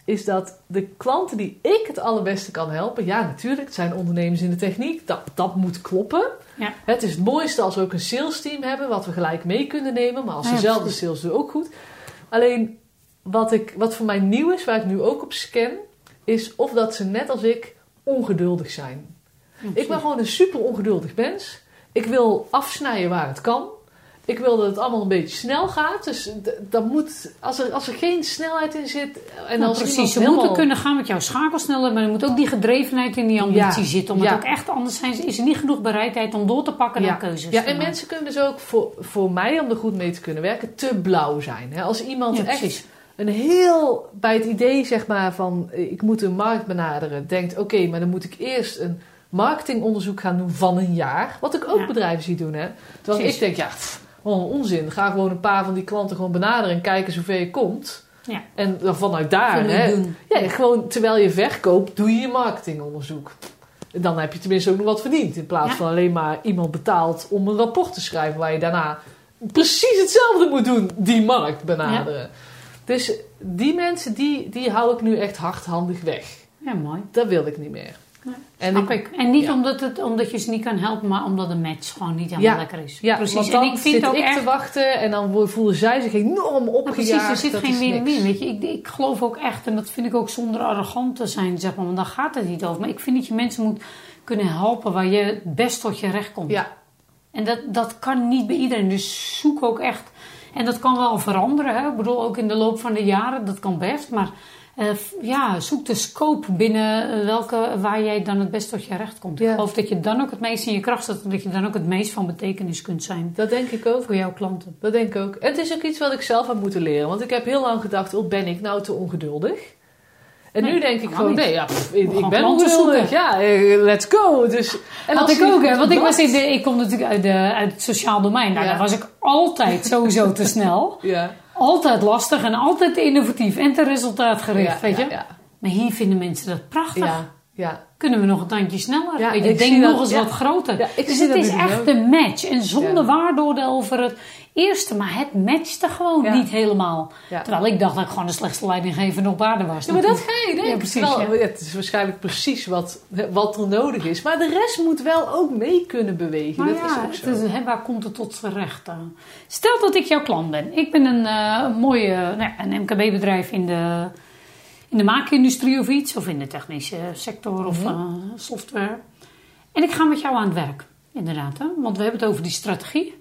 is dat de klanten die ik het allerbeste kan helpen... Ja, natuurlijk, het zijn ondernemers in de techniek. Dat moet kloppen. Ja. Het is het mooiste als we ook een sales team hebben... wat we gelijk mee kunnen nemen. Maar als dezelfde sales doen, ook goed. Alleen, wat voor mij nieuw is, waar ik nu ook op scan... is of dat ze net als ik ongeduldig zijn. Ik ben gewoon een super ongeduldig mens. Ik wil afsnijden waar het kan. Ik wil dat het allemaal een beetje snel gaat. Dus dan moet, als er geen snelheid in zit... En als precies, ze moeten kunnen gaan met jouw schakelsnelheid... maar er moet ook die gedrevenheid in die ambitie zitten. Omdat ook echt anders is er niet genoeg bereidheid om door te pakken naar keuzes. Ja, en mensen kunnen dus ook voor mij, om er goed mee te kunnen werken... te blauw zijn. Hè? Als iemand echt een heel... bij het idee zeg maar van... ik moet een markt benaderen... denkt, oké, maar dan moet ik eerst een marketingonderzoek gaan doen van een jaar. Wat ik ook bedrijven zie doen. Hè? Terwijl ik denk, onzin. Ga gewoon een paar van die klanten gewoon benaderen... en kijken zover je komt. Ja. En dan vanuit daar... gewoon terwijl je verkoopt... doe je je marketingonderzoek. Dan heb je tenminste ook nog wat verdiend. In plaats van alleen maar iemand betaald... om een rapport te schrijven... waar je daarna precies hetzelfde moet doen. Die markt benaderen. Ja. Dus die mensen... die hou ik nu echt hardhandig weg. Ja, mooi. Dat wil ik niet meer. Ja, snap ik. En niet omdat je ze niet kan helpen, maar omdat de match gewoon niet helemaal lekker is. Ja, precies. Want dan en ik vind zit ook ik echt te wachten en dan voelen zij zich enorm opgejaagd. Ja, precies, er zit geen win-win. Weet je, ik geloof ook echt, en dat vind ik ook zonder arrogant te zijn, zeg maar, want dan gaat het niet over. Maar ik vind dat je mensen moet kunnen helpen waar je het best tot je recht komt. Ja. En dat kan niet bij iedereen. Dus zoek ook echt. En dat kan wel veranderen. Hè? Ik bedoel, ook in de loop van de jaren, dat kan best, maar... zoek de scope binnen waar jij dan het best tot je recht komt. Ik geloof dat je dan ook het meest in je kracht zet... en dat je dan ook het meest van betekenis kunt zijn. Dat denk ik ook. Voor jouw klanten. Dat denk ik ook. En het is ook iets wat ik zelf heb moeten leren. Want ik heb heel lang gedacht, ben ik nou te ongeduldig? En nu denk ik gewoon, ik ben ongeduldig. Ja, let's go. Dus, en had ik ook, hè. Want ik kom natuurlijk uit het sociaal domein. Nou, daar was ik altijd sowieso te snel. Ja. Altijd lastig en altijd innovatief en te resultaatgericht, weet je. Ja. Maar hier vinden mensen dat prachtig. Ja. Kunnen we nog een tandje sneller? Ja, ik denk nog eens wat groter. Ja, dus het is echt een match. En zonder waardeoordeel over het eerste. Maar het matchte gewoon niet helemaal. Ja. Terwijl ik dacht dat ik gewoon de slechtste leidinggevende op aarde was. Ja, maar dat ga je denken. Ja, precies. Het is waarschijnlijk precies wat er nodig is. Maar de rest moet wel ook mee kunnen bewegen. Maar dat is ook zo. Dus, waar komt het tot zijn recht? Stel dat ik jouw klant ben. Ik ben een mooie een MKB-bedrijf in de maakindustrie of iets. Of in de technische sector of software. En ik ga met jou aan het werk. Inderdaad. Hè? Want we hebben het over die strategie.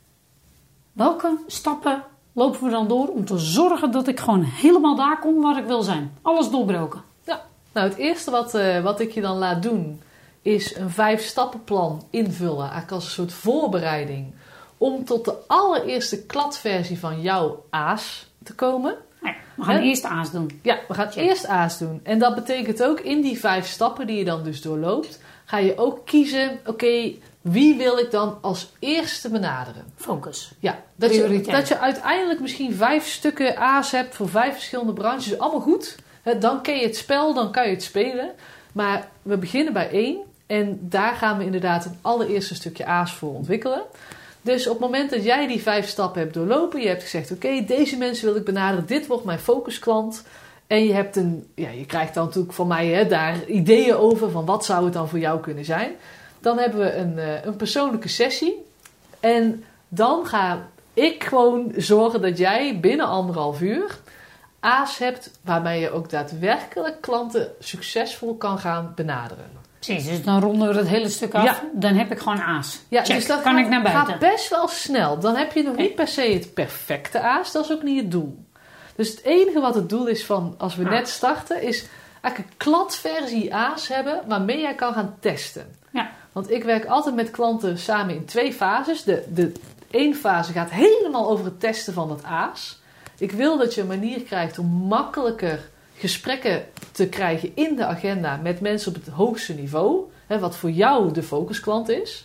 Welke stappen lopen we dan door om te zorgen dat ik gewoon helemaal daar kom waar ik wil zijn? Alles doorbroken. Ja. Nou, het eerste wat ik je dan laat doen is een 5-stappenplan invullen. Eigenlijk als een soort voorbereiding. Om tot de allereerste kladversie van jouw AAS te komen. Nee, we gaan eerst AAS doen. Ja, we gaan eerst AAS doen. En dat betekent ook in die 5 stappen die je dan dus doorloopt, ga je ook kiezen, wie wil ik dan als eerste benaderen? Focus. Ja, dat je uiteindelijk misschien 5 stukken AAS hebt voor 5 verschillende branches. Allemaal goed. Dan ken je het spel, dan kan je het spelen. Maar we beginnen bij 1 en daar gaan we inderdaad een allereerste stukje AAS voor ontwikkelen. Dus op het moment dat jij die 5 stappen hebt doorlopen, je hebt gezegd, deze mensen wil ik benaderen, dit wordt mijn focusklant. En je hebt je krijgt dan natuurlijk van mij daar ideeën over van wat zou het dan voor jou kunnen zijn. Dan hebben we een persoonlijke sessie. En dan ga ik gewoon zorgen dat jij binnen 1,5 uur AAS hebt waarmee je ook daadwerkelijk klanten succesvol kan gaan benaderen. Precies, dus dan ronden we het hele stuk af. Ja. Dan heb ik gewoon AAS. Ja, check. Dus dat kan ik naar buiten. Gaat best wel snel. Dan heb je nog niet per se het perfecte AAS. Dat is ook niet het doel. Dus het enige wat het doel is van als we net starten, is eigenlijk een kladversie AAS hebben waarmee jij kan gaan testen. Ja. Want ik werk altijd met klanten samen in 2 fases. De 1 fase gaat helemaal over het testen van het AAS. Ik wil dat je een manier krijgt om makkelijker gesprekken te krijgen in de agenda met mensen op het hoogste niveau. Wat voor jou de focusklant is.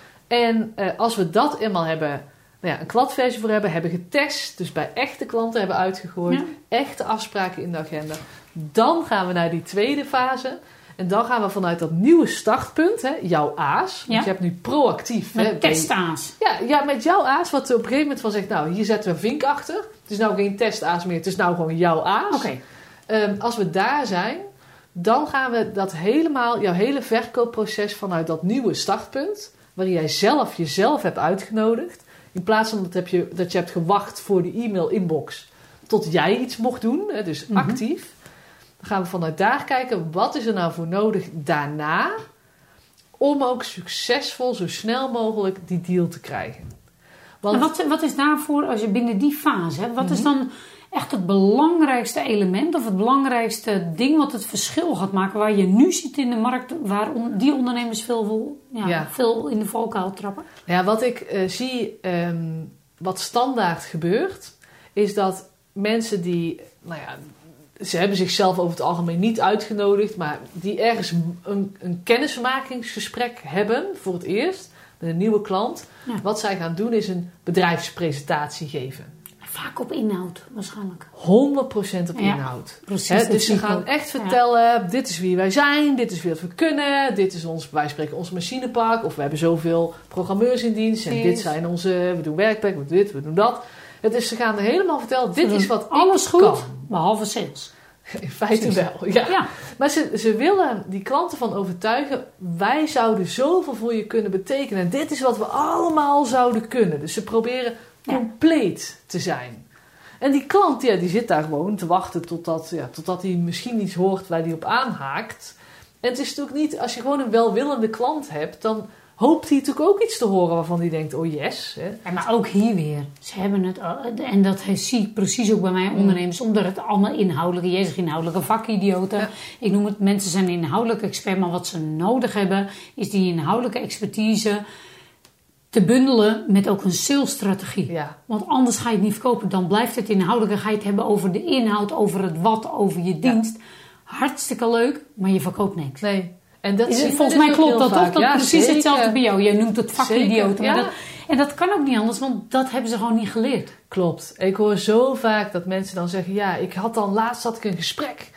En als we dat eenmaal hebben, een kladversie voor hebben getest. Dus bij echte klanten hebben uitgegooid. Ja. Echte afspraken in de agenda. Dan gaan we naar die tweede fase. En dan gaan we vanuit dat nieuwe startpunt, jouw AAS. Want je hebt nu proactief. Met test-AAS. Ja, met jouw AAS. Wat op een gegeven moment van zegt, hier zetten we een vink achter. Het is nou geen test-AAS meer. Het is nou gewoon jouw AAS. Okay. Als we daar zijn, dan gaan we dat jouw hele verkoopproces vanuit dat nieuwe startpunt, waarin jij jezelf hebt uitgenodigd, in plaats van dat je hebt gewacht voor de e-mail-inbox tot jij iets mocht doen, dus actief. Dan gaan we vanuit daar kijken, wat is er nou voor nodig daarna, om ook succesvol, zo snel mogelijk, die deal te krijgen. Want, en wat is daarvoor, als je binnen die fase hebt, wat is dan echt het belangrijkste element of het belangrijkste ding wat het verschil gaat maken waar je nu ziet in de markt, waar die ondernemers veel in de valkuil trappen? Ja, wat ik zie, wat standaard gebeurt, is dat mensen die, ze hebben zichzelf over het algemeen niet uitgenodigd, maar die ergens een kennismakingsgesprek hebben voor het eerst met een nieuwe klant. Ja. Wat zij gaan doen is een bedrijfspresentatie geven. Vaak op inhoud, waarschijnlijk. 100% op inhoud. Precies. Dus ze gaan echt vertellen, dit is wie wij zijn, dit is wat we kunnen, dit is wij spreken ons machinepark, of we hebben zoveel programmeurs in dienst, en dit zijn we doen werkplek, we doen dit, we doen dat. Dus ze gaan er helemaal vertellen, dit is wat alles ik goed, kan. Behalve sales. In feite wel, ja. Maar ze willen die klanten van overtuigen, wij zouden zoveel voor je kunnen betekenen. En dit is wat we allemaal zouden kunnen. Dus ze proberen compleet te zijn. En die klant, die zit daar gewoon te wachten totdat hij misschien iets hoort waar hij op aanhaakt. En het is natuurlijk niet, als je gewoon een welwillende klant hebt, dan hoopt hij natuurlijk ook iets te horen waarvan hij denkt, oh yes. Hè. Ja, maar ook hier weer. Ze hebben het, en dat zie ik precies ook bij mijn ondernemers, omdat het allemaal inhoudelijke vakidioten. Ja. Ik noem het, mensen zijn inhoudelijk expert, maar wat ze nodig hebben, is die inhoudelijke expertise te bundelen met ook een salesstrategie. Ja. Want anders ga je het niet verkopen. Dan blijft het inhoudelijk. Dan ga je het hebben over de inhoud, over het wat, over je dienst. Hartstikke leuk, maar je verkoopt niks. Nee. En dat volgens mij klopt dat toch? Dat precies zeker. Hetzelfde bij jou. Jij noemt het vakidioten. Ja. En dat kan ook niet anders, want dat hebben ze gewoon niet geleerd. Klopt. Ik hoor zo vaak dat mensen dan zeggen, laatst had ik een gesprek.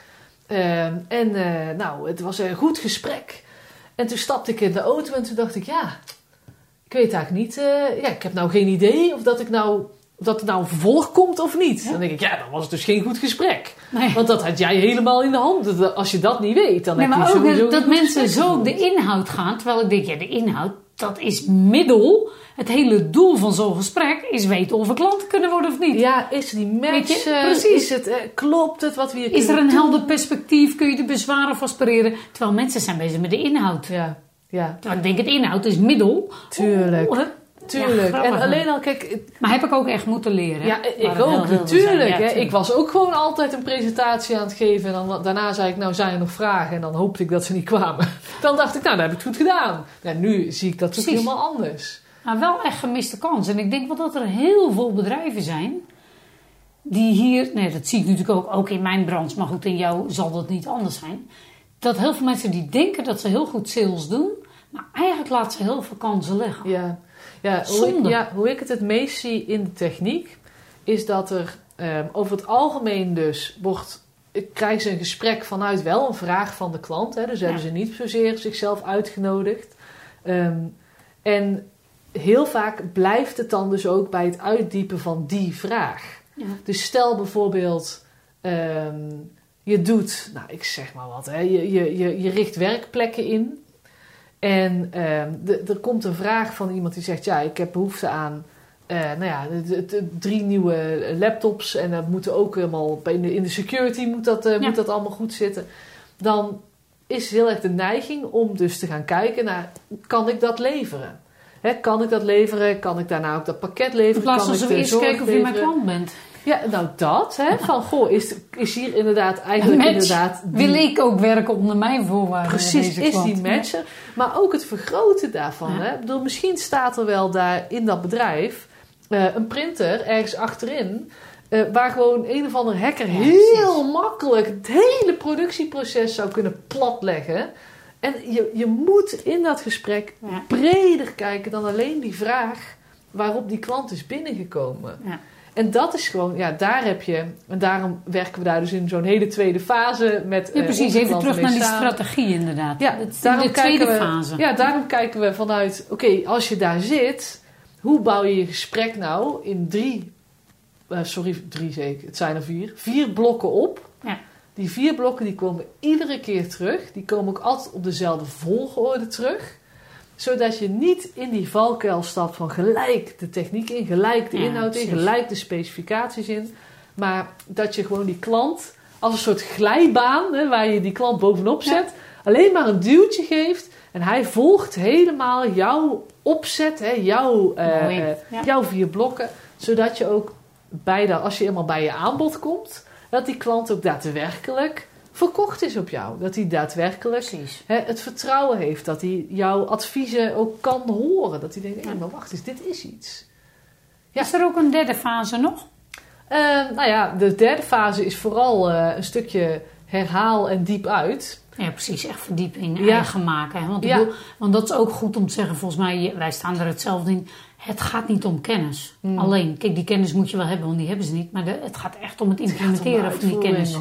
Het was een goed gesprek. En toen stapte ik in de auto en toen dacht ik, ik weet eigenlijk niet. Ik heb nou geen idee of dat het nou een vervolg komt of niet. Ja. Dan denk ik, dan was het dus geen goed gesprek. Nee. Want dat had jij helemaal in de hand. Als je dat niet weet, dan heb je sowieso maar ook dat mensen zo op de inhoud gaan. Terwijl ik denk, de inhoud, dat is middel. Het hele doel van zo'n gesprek is weten of we klanten kunnen worden of niet. Ja, is die match? Precies. Klopt het wat we hier is er een helder perspectief? Kun je de bezwaren vastpareren? Terwijl mensen zijn bezig met de inhoud. Ja. Terwijl ik denk, het inhoud is middel. Tuurlijk. Tuurlijk. En alleen al, kijk. Maar heb ik ook echt moeten leren. Ja, ik ook, natuurlijk. Ik was ook gewoon altijd een presentatie aan het geven. En dan, daarna zei ik, zijn er nog vragen? En dan hoopte ik dat ze niet kwamen. Dan dacht ik, dan heb ik het goed gedaan. Ja, nu zie ik dat toch helemaal anders. Maar wel echt gemiste kans. En ik denk wel dat er heel veel bedrijven zijn die hier, dat zie ik natuurlijk ook in mijn branche, maar goed, in jou zal dat niet anders zijn. Dat heel veel mensen die denken dat ze heel goed sales doen, maar eigenlijk laten ze heel veel kansen liggen. Ja, hoe ik het meest zie in de techniek, is dat er over het algemeen dus krijgen ze een gesprek vanuit wel een vraag van de klant. Hè, dus hebben ze niet zozeer zichzelf uitgenodigd. En heel vaak blijft het dan dus ook bij het uitdiepen van die vraag. Ja. Dus stel bijvoorbeeld, je doet, ik zeg maar wat, hè, je richt werkplekken in. En er komt een vraag van iemand die zegt, ik heb behoefte aan 3 nieuwe laptops. En dat moet ook helemaal in de security moet dat allemaal goed zitten. Dan is heel erg de neiging om dus te gaan kijken naar, kan ik dat leveren? Kan ik dat leveren? Kan ik daarna ook dat pakket leveren? In plaats van eerst kijken of je mijn klant bent. Ja, dat. Van, is hier inderdaad eigenlijk wil ik ook werken onder mijn voorwaarden? Precies, is die match. Maar ook het vergroten daarvan. Ja. Hè? Ik bedoel, misschien staat er wel daar in dat bedrijf een printer ergens achterin. Waar gewoon een of ander hacker heel makkelijk het hele productieproces zou kunnen platleggen. En je moet in dat gesprek breder kijken dan alleen die vraag waarop die klant is binnengekomen. Ja. En dat is gewoon, daar heb je, en daarom werken we daar dus in zo'n hele tweede fase met. Ja, precies, even terug naar die strategie inderdaad. Ja, de tweede fase. Ja, daarom kijken we vanuit, als je daar zit, hoe bouw je gesprek nou in 3 zeker, het zijn er 4 blokken op. Ja. Die 4 blokken die komen iedere keer terug. Die komen ook altijd op dezelfde volgorde terug. Zodat je niet in die valkuil stapt van gelijk de techniek in, gelijk de inhoud in, gelijk de specificaties in. Maar dat je gewoon die klant als een soort glijbaan, hè, waar je die klant bovenop zet, alleen maar een duwtje geeft. En hij volgt helemaal jouw opzet, hè, jouw 4 blokken. Zodat je ook als je eenmaal bij je aanbod komt, dat die klant ook daadwerkelijk verkocht is op jou. Dat hij daadwerkelijk het vertrouwen heeft. Dat hij jouw adviezen ook kan horen. Dat hij denkt, maar wacht eens, dit is iets. Ja. Is er ook een derde fase nog? De derde fase is vooral een stukje herhaal en diep uit. Ja, precies. Echt verdieping eigen maken. Hè? Want dat is ook goed om te zeggen, volgens mij, wij staan er hetzelfde in. Het gaat niet om kennis. Alleen, kijk, die kennis moet je wel hebben, want die hebben ze niet. Maar het gaat echt om het implementeren van die kennis.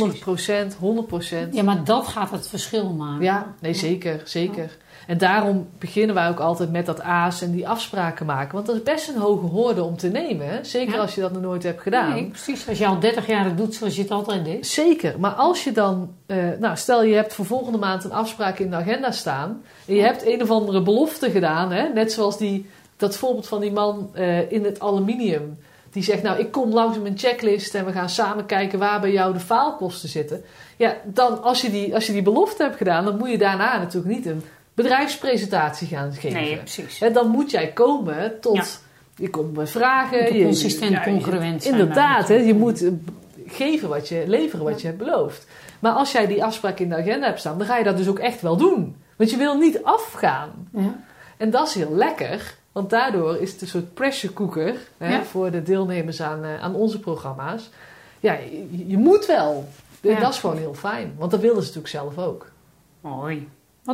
100%. Ja, maar dat gaat het verschil maken. Ja, nee, zeker. En daarom beginnen wij ook altijd met dat aas en die afspraken maken. Want dat is best een hoge hoorde om te nemen. Hè? Zeker als je dat nog nooit hebt gedaan. Nee, precies. Als je al 30 jaar het doet zoals je het altijd deed. Zeker. Maar als je dan... stel je hebt voor volgende maand een afspraak in de agenda staan. En je hebt een of andere belofte gedaan. Hè? Net zoals dat voorbeeld van die man in het aluminium. Die zegt, ik kom langs met een checklist en we gaan samen kijken waar bij jou de faalkosten zitten. Ja, dan als je die belofte hebt gedaan, dan moet je daarna natuurlijk niet een bedrijfspresentatie gaan geven. Nee, precies. En dan moet jij komen tot... Je komt met vragen. Je consistent congruent zijn. Inderdaad, je moet leveren wat je hebt beloofd. Maar als jij die afspraak in de agenda hebt staan, dan ga je dat dus ook echt wel doen. Want je wil niet afgaan. Ja. En dat is heel lekker. Want daardoor is het een soort pressure cooker voor de deelnemers aan onze programma's. Ja, je moet wel. Ja. Dat is gewoon heel fijn. Want dat wilden ze natuurlijk zelf ook. Mooi.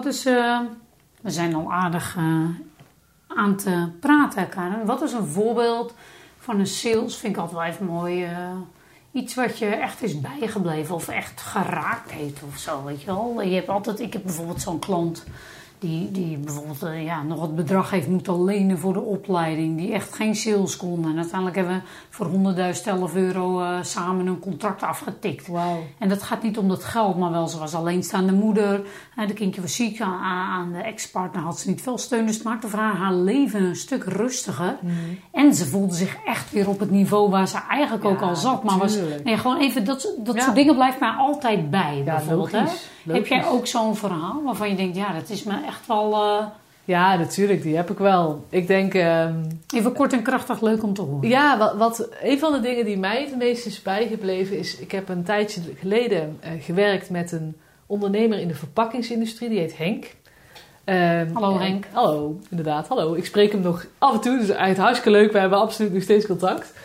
We zijn al aardig aan te praten, Karen. Wat is een voorbeeld van een sales? Vind ik altijd wel even mooi. Iets wat je echt is bijgebleven of echt geraakt heeft of zo, weet je wel. Ik heb bijvoorbeeld zo'n klant die bijvoorbeeld nog het bedrag heeft moeten lenen voor de opleiding. Die echt geen sales kon. En uiteindelijk hebben we voor €100.011 samen een contract afgetikt. Wow. En dat gaat niet om dat geld, maar wel, ze was alleenstaande moeder. De kindje was ziek. Aan de ex-partner had ze niet veel steun. Dus het maakte voor haar leven een stuk rustiger. En ze voelde zich echt weer op het niveau waar ze eigenlijk ook al zat. Maar gewoon even dat soort dingen blijft mij altijd bij. Ja, logisch. Heb jij ook zo'n verhaal waarvan je denkt, dat is me echt wel... Ja, natuurlijk, die heb ik wel. Ik denk... Even kort en krachtig, leuk om te horen. Ja, een van de dingen die mij het meest is bijgebleven is... Ik heb een tijdje geleden gewerkt met een ondernemer in de verpakkingsindustrie. Die heet Henk. Hallo Henk. Hallo, inderdaad. Hallo. Ik spreek hem nog af en toe, dus eigenlijk hartstikke leuk. We hebben absoluut nog steeds contact.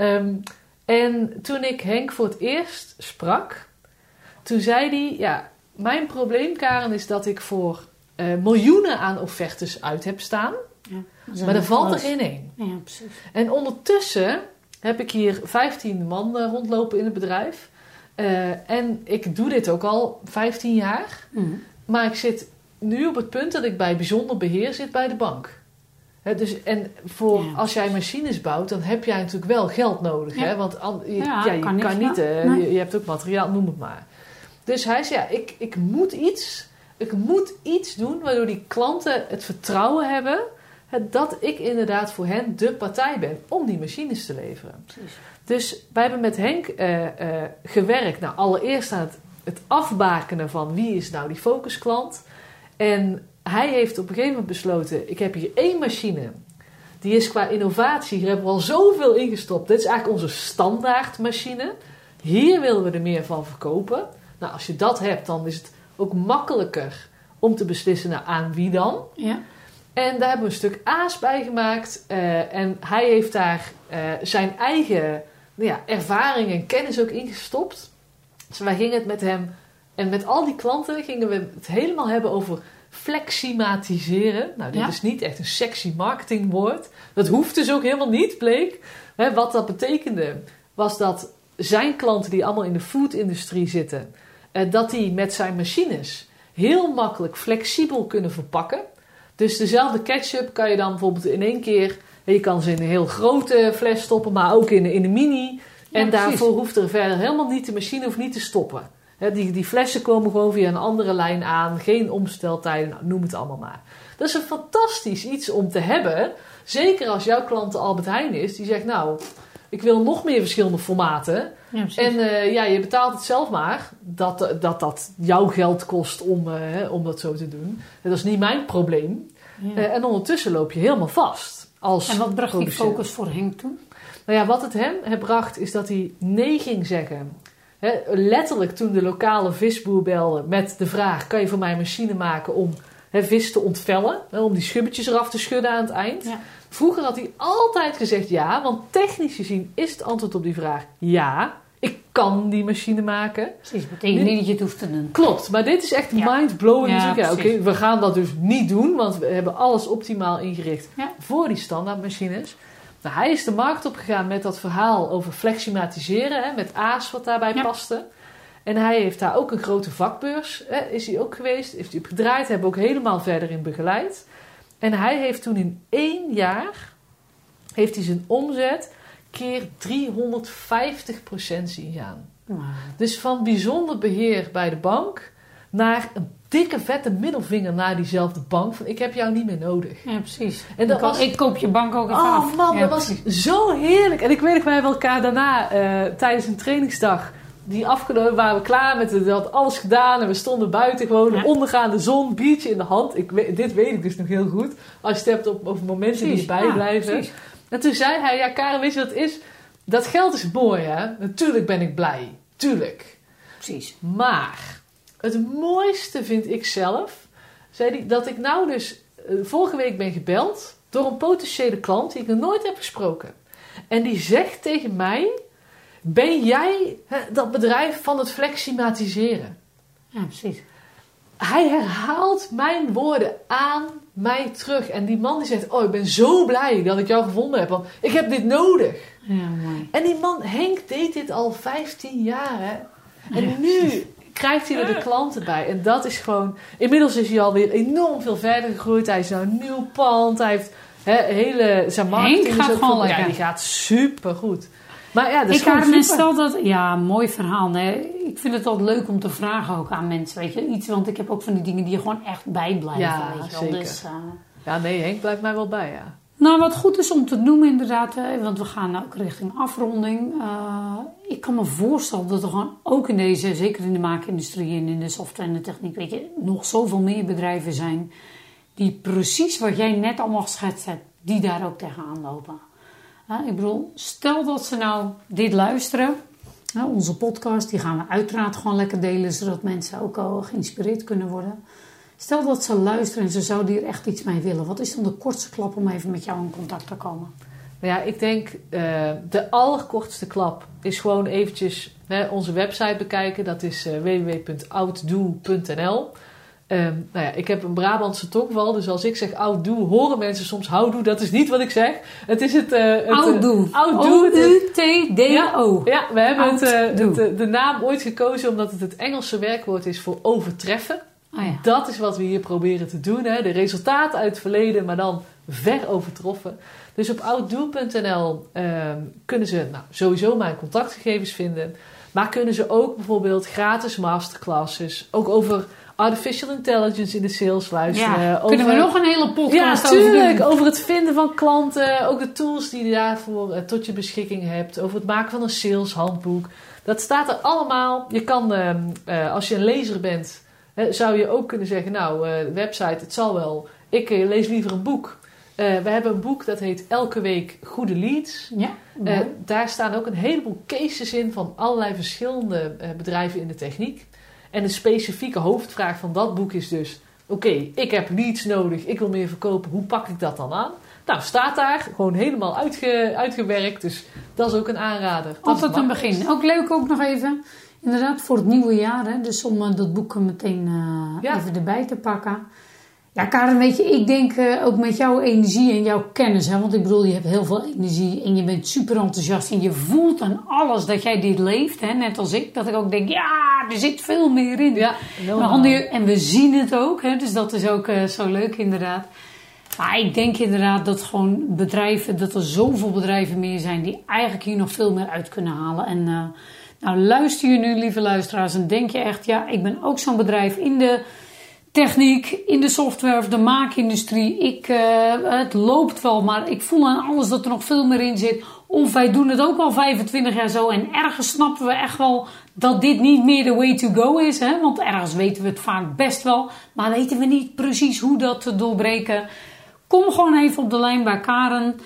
En toen ik Henk voor het eerst sprak... Toen zei hij... Mijn probleem, Karen, is dat ik voor miljoenen aan offertes uit heb staan. Ja, maar er valt er geen één. Ja, precies. En ondertussen heb ik hier 15 man rondlopen in het bedrijf. En ik doe dit ook al 15 jaar. Maar ik zit nu op het punt dat ik bij bijzonder beheer zit bij de bank. Als jij machines bouwt, dan heb jij natuurlijk wel geld nodig. Ja. Hè? Want je kan niet. Je hebt ook materiaal, noem het maar. Dus hij zei, ik moet iets doen waardoor die klanten het vertrouwen hebben dat ik inderdaad voor hen de partij ben om die machines te leveren. Precies. Dus wij hebben met Henk gewerkt. Nou, allereerst aan het afbakenen van wie is nou die focusklant. En hij heeft op een gegeven moment besloten, ik heb hier 1 machine. Die is qua innovatie, hier hebben we al zoveel ingestopt. Dit is eigenlijk onze standaardmachine. Hier willen we er meer van verkopen. Nou, als je dat hebt, dan is het ook makkelijker om te beslissen aan wie dan. Ja. En daar hebben we een stuk aas bij gemaakt. En hij heeft daar zijn eigen ervaring en kennis ook ingestopt. Dus wij gingen het met hem en met al die klanten gingen we het helemaal hebben over fleximatiseren. Nou, dit is niet echt een sexy marketingwoord. Dat hoeft dus ook helemaal niet, bleek. Wat dat betekende, was dat zijn klanten die allemaal in de food-industrie zitten, dat die met zijn machines heel makkelijk flexibel kunnen verpakken. Dus dezelfde ketchup kan je dan bijvoorbeeld in 1 keer... Je kan ze in een heel grote fles stoppen, maar ook in de mini. En daarvoor hoeft er verder helemaal niet... De machine hoeft niet te stoppen. Die flessen komen gewoon via een andere lijn aan. Geen omsteltijden, nou, noem het allemaal maar. Dat is een fantastisch iets om te hebben. Zeker als jouw klant de Albert Heijn is. Die zegt, nou, ik wil nog meer verschillende formaten. Ja, en je betaalt het zelf maar. Dat jouw geld kost om dat zo te doen. Dat is niet mijn probleem. Ja. En ondertussen loop je helemaal vast. En wat bracht die focus voor Henk toen? Nou ja, wat het hem bracht is dat hij nee ging zeggen. Letterlijk toen de lokale visboer belde met de vraag... kan je voor mij een machine maken om vis te ontvellen? Om die schubbetjes eraf te schudden aan het eind. Ja. Vroeger had hij altijd gezegd ja, want technisch gezien is het antwoord op die vraag ja. Ik kan die machine maken. Precies, betekent niet dat je het hoeft te doen. Klopt, maar dit is echt mind-blowing. Ja, oké, we gaan dat dus niet doen, want we hebben alles optimaal ingericht voor die standaardmachines. Nou, hij is de markt opgegaan met dat verhaal over fleximatiseren, met AAS wat daarbij paste. En hij heeft daar ook een grote vakbeurs, is hij ook geweest, heeft hij op gedraaid, hebben we ook helemaal verder in begeleid. En hij heeft toen in 1 jaar, heeft hij zijn omzet keer 350% zien gaan. Wow. Dus van bijzonder beheer bij de bank naar een dikke vette middelvinger naar diezelfde bank. Van ik heb jou niet meer nodig. Ja, precies. En ik koop je bank ook even af. Oh man, dat was zo heerlijk. En ik weet nog, wij hebben elkaar daarna tijdens een trainingsdag... Die afgelopen waren we klaar met het, had alles gedaan en we stonden buiten gewoon ondergaande zon, biertje in de hand. Dit weet ik dus nog heel goed. Als je het hebt over momenten die erbij blijven. Precies. En toen zei hij, ja Karen, weet je wat het is? Dat geld is mooi hè. Natuurlijk ben ik blij. Tuurlijk. Precies. Maar het mooiste vind ik zelf, zei hij, dat ik nou dus vorige week ben gebeld door een potentiële klant die ik nog nooit heb gesproken. En die zegt tegen mij... Ben jij dat bedrijf van het fleximatiseren? Ja, precies. Hij herhaalt mijn woorden aan mij terug. En die man die zegt... Oh, ik ben zo blij dat ik jou gevonden heb. Want ik heb dit nodig. Ja, mooi. En die man, Henk, deed dit al 15 jaar. Hè? En nu krijgt hij er de klanten bij. En dat is gewoon... Inmiddels is hij alweer enorm veel verder gegroeid. Hij is nou een nieuw pand. Hij heeft zijn marketing... Henk gaat gewoon lekker. Ja, die gaat supergoed. Maar ja, dat is stel dat... Ja, mooi verhaal. Hè? Ik vind het altijd leuk om te vragen ook aan mensen. Weet je, iets, want ik heb ook van die dingen die je gewoon echt bijblijven. Ja, weet je wel. zeker. Dus, ja, nee, Henk blijft mij wel bij, ja. Nou, wat goed is om te noemen inderdaad. Want we gaan ook richting afronding. Ik kan me voorstellen dat er gewoon ook in deze... Zeker in de maakindustrie en in de software en de techniek... Weet je, nog zoveel meer bedrijven zijn... Die precies wat jij net allemaal geschetst hebt... Die daar ook tegenaan lopen. Ik bedoel, stel dat ze nou dit luisteren, onze podcast, die gaan we uiteraard gewoon lekker delen, zodat mensen ook al geïnspireerd kunnen worden. Stel dat ze luisteren en ze zouden hier echt iets mee willen. Wat is dan de kortste klap om even met jou in contact te komen? Ja, ik denk de allerkortste klap is gewoon eventjes onze website bekijken. Dat is www.outdo.nl. Nou ja, ik heb een Brabantse tongval, dus als ik zeg outdo, horen mensen soms houdoe. Dat is niet wat ik zeg. Het is het... outdo. O-U-T-D-O. Ja, we hebben de naam ooit gekozen omdat het Engelse werkwoord is voor overtreffen. Oh ja. Dat is wat we hier proberen te doen. Hè? De resultaten uit het verleden, maar dan ver overtroffen. Dus op outdo.nl kunnen ze sowieso mijn contactgegevens vinden. Maar kunnen ze ook bijvoorbeeld gratis masterclasses, ook over... Artificial intelligence in de sales luisteren. Ja, kunnen we nog een hele podcast over doen? Ja, tuurlijk. Over over het vinden van klanten. Ook de tools die je daarvoor tot je beschikking hebt. Over het maken van een saleshandboek. Dat staat er allemaal. Je kan, als je een lezer bent, zou je ook kunnen zeggen... Nou, website, het zal wel. Ik lees liever een boek. We hebben een boek dat heet Elke Week Goede Leads. Ja, daar staan ook een heleboel cases in van allerlei verschillende bedrijven in de techniek. En de specifieke hoofdvraag van dat boek is dus... Oké, ik heb leads nodig, ik wil meer verkopen. Hoe pak ik dat dan aan? Nou, staat daar gewoon helemaal uitgewerkt. Dus dat is ook een aanrader. Altijd een begin. Ook leuk ook nog even. Inderdaad, voor het nieuwe jaar. Hè, dus om dat boek meteen even erbij te pakken. Ja, Karen, weet je, ik denk ook met jouw energie en jouw kennis. Hè, want ik bedoel, je hebt heel veel energie en je bent super enthousiast. En je voelt aan alles dat jij dit leeft, hè, net als ik. Dat ik ook denk, ja, er zit veel meer in. Ja, en we zien het ook, hè, dus dat is ook zo leuk inderdaad. Maar ik denk inderdaad dat gewoon bedrijven, dat er zoveel bedrijven meer zijn die eigenlijk hier nog veel meer uit kunnen halen. En Nou, luister je nu, lieve luisteraars, en denk je echt, ja, ik ben ook zo'n bedrijf in de techniek, in de software of de maakindustrie. Het loopt wel, maar ik voel aan alles dat er nog veel meer in zit. Of wij doen het ook al 25 jaar zo en ergens snappen we echt wel dat dit niet meer de way to go is. Hè? Want ergens weten we het vaak best wel, maar weten we niet precies hoe dat te doorbreken. Kom gewoon even op de lijn bij Karen.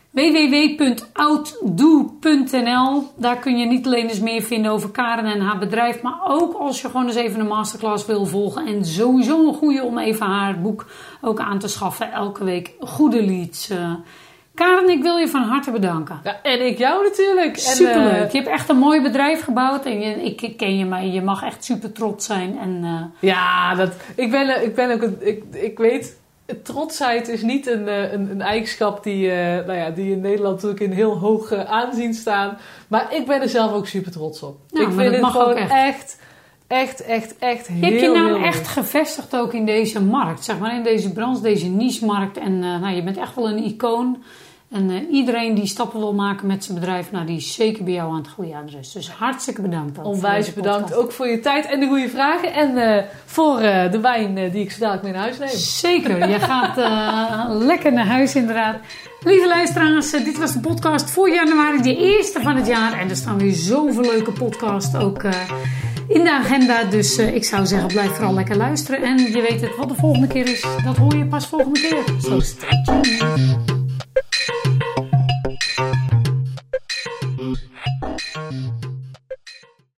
www.outdo.nl. Daar kun je niet alleen eens meer vinden over Karen en haar bedrijf, maar ook als je gewoon eens even een masterclass wil volgen. En sowieso een goede om even haar boek ook aan te schaffen. Elke week goede leads. Karen, ik wil je van harte bedanken. Ja, en ik jou natuurlijk. Superleuk. Je hebt echt een mooi bedrijf gebouwd en ik ken je, maar je mag echt super trots zijn. Ja, ik weet, trotsheid is niet een eigenschap die in Nederland natuurlijk in heel hoog aanzien staan. Maar ik ben er zelf ook super trots op. Ja, ik vind het gewoon echt heel... Je hebt je naam echt gevestigd ook in deze markt, zeg maar, in deze branche, deze niche-markt. En je bent echt wel een icoon. En iedereen die stappen wil maken met zijn bedrijf, die is zeker bij jou aan het goede adres. Dus hartstikke bedankt. Onwijs bedankt ook voor je tijd en de goede vragen. En voor de wijn die ik zo dadelijk mee naar huis neem. Zeker, je gaat lekker naar huis inderdaad. Lieve luisteraars, dit was de podcast voor januari, de eerste van het jaar. En er staan weer zoveel leuke podcasts ook in de agenda. Dus ik zou zeggen, blijf vooral lekker luisteren. En je weet het, wat de volgende keer is, dat hoor je pas volgende keer. So stay tuned.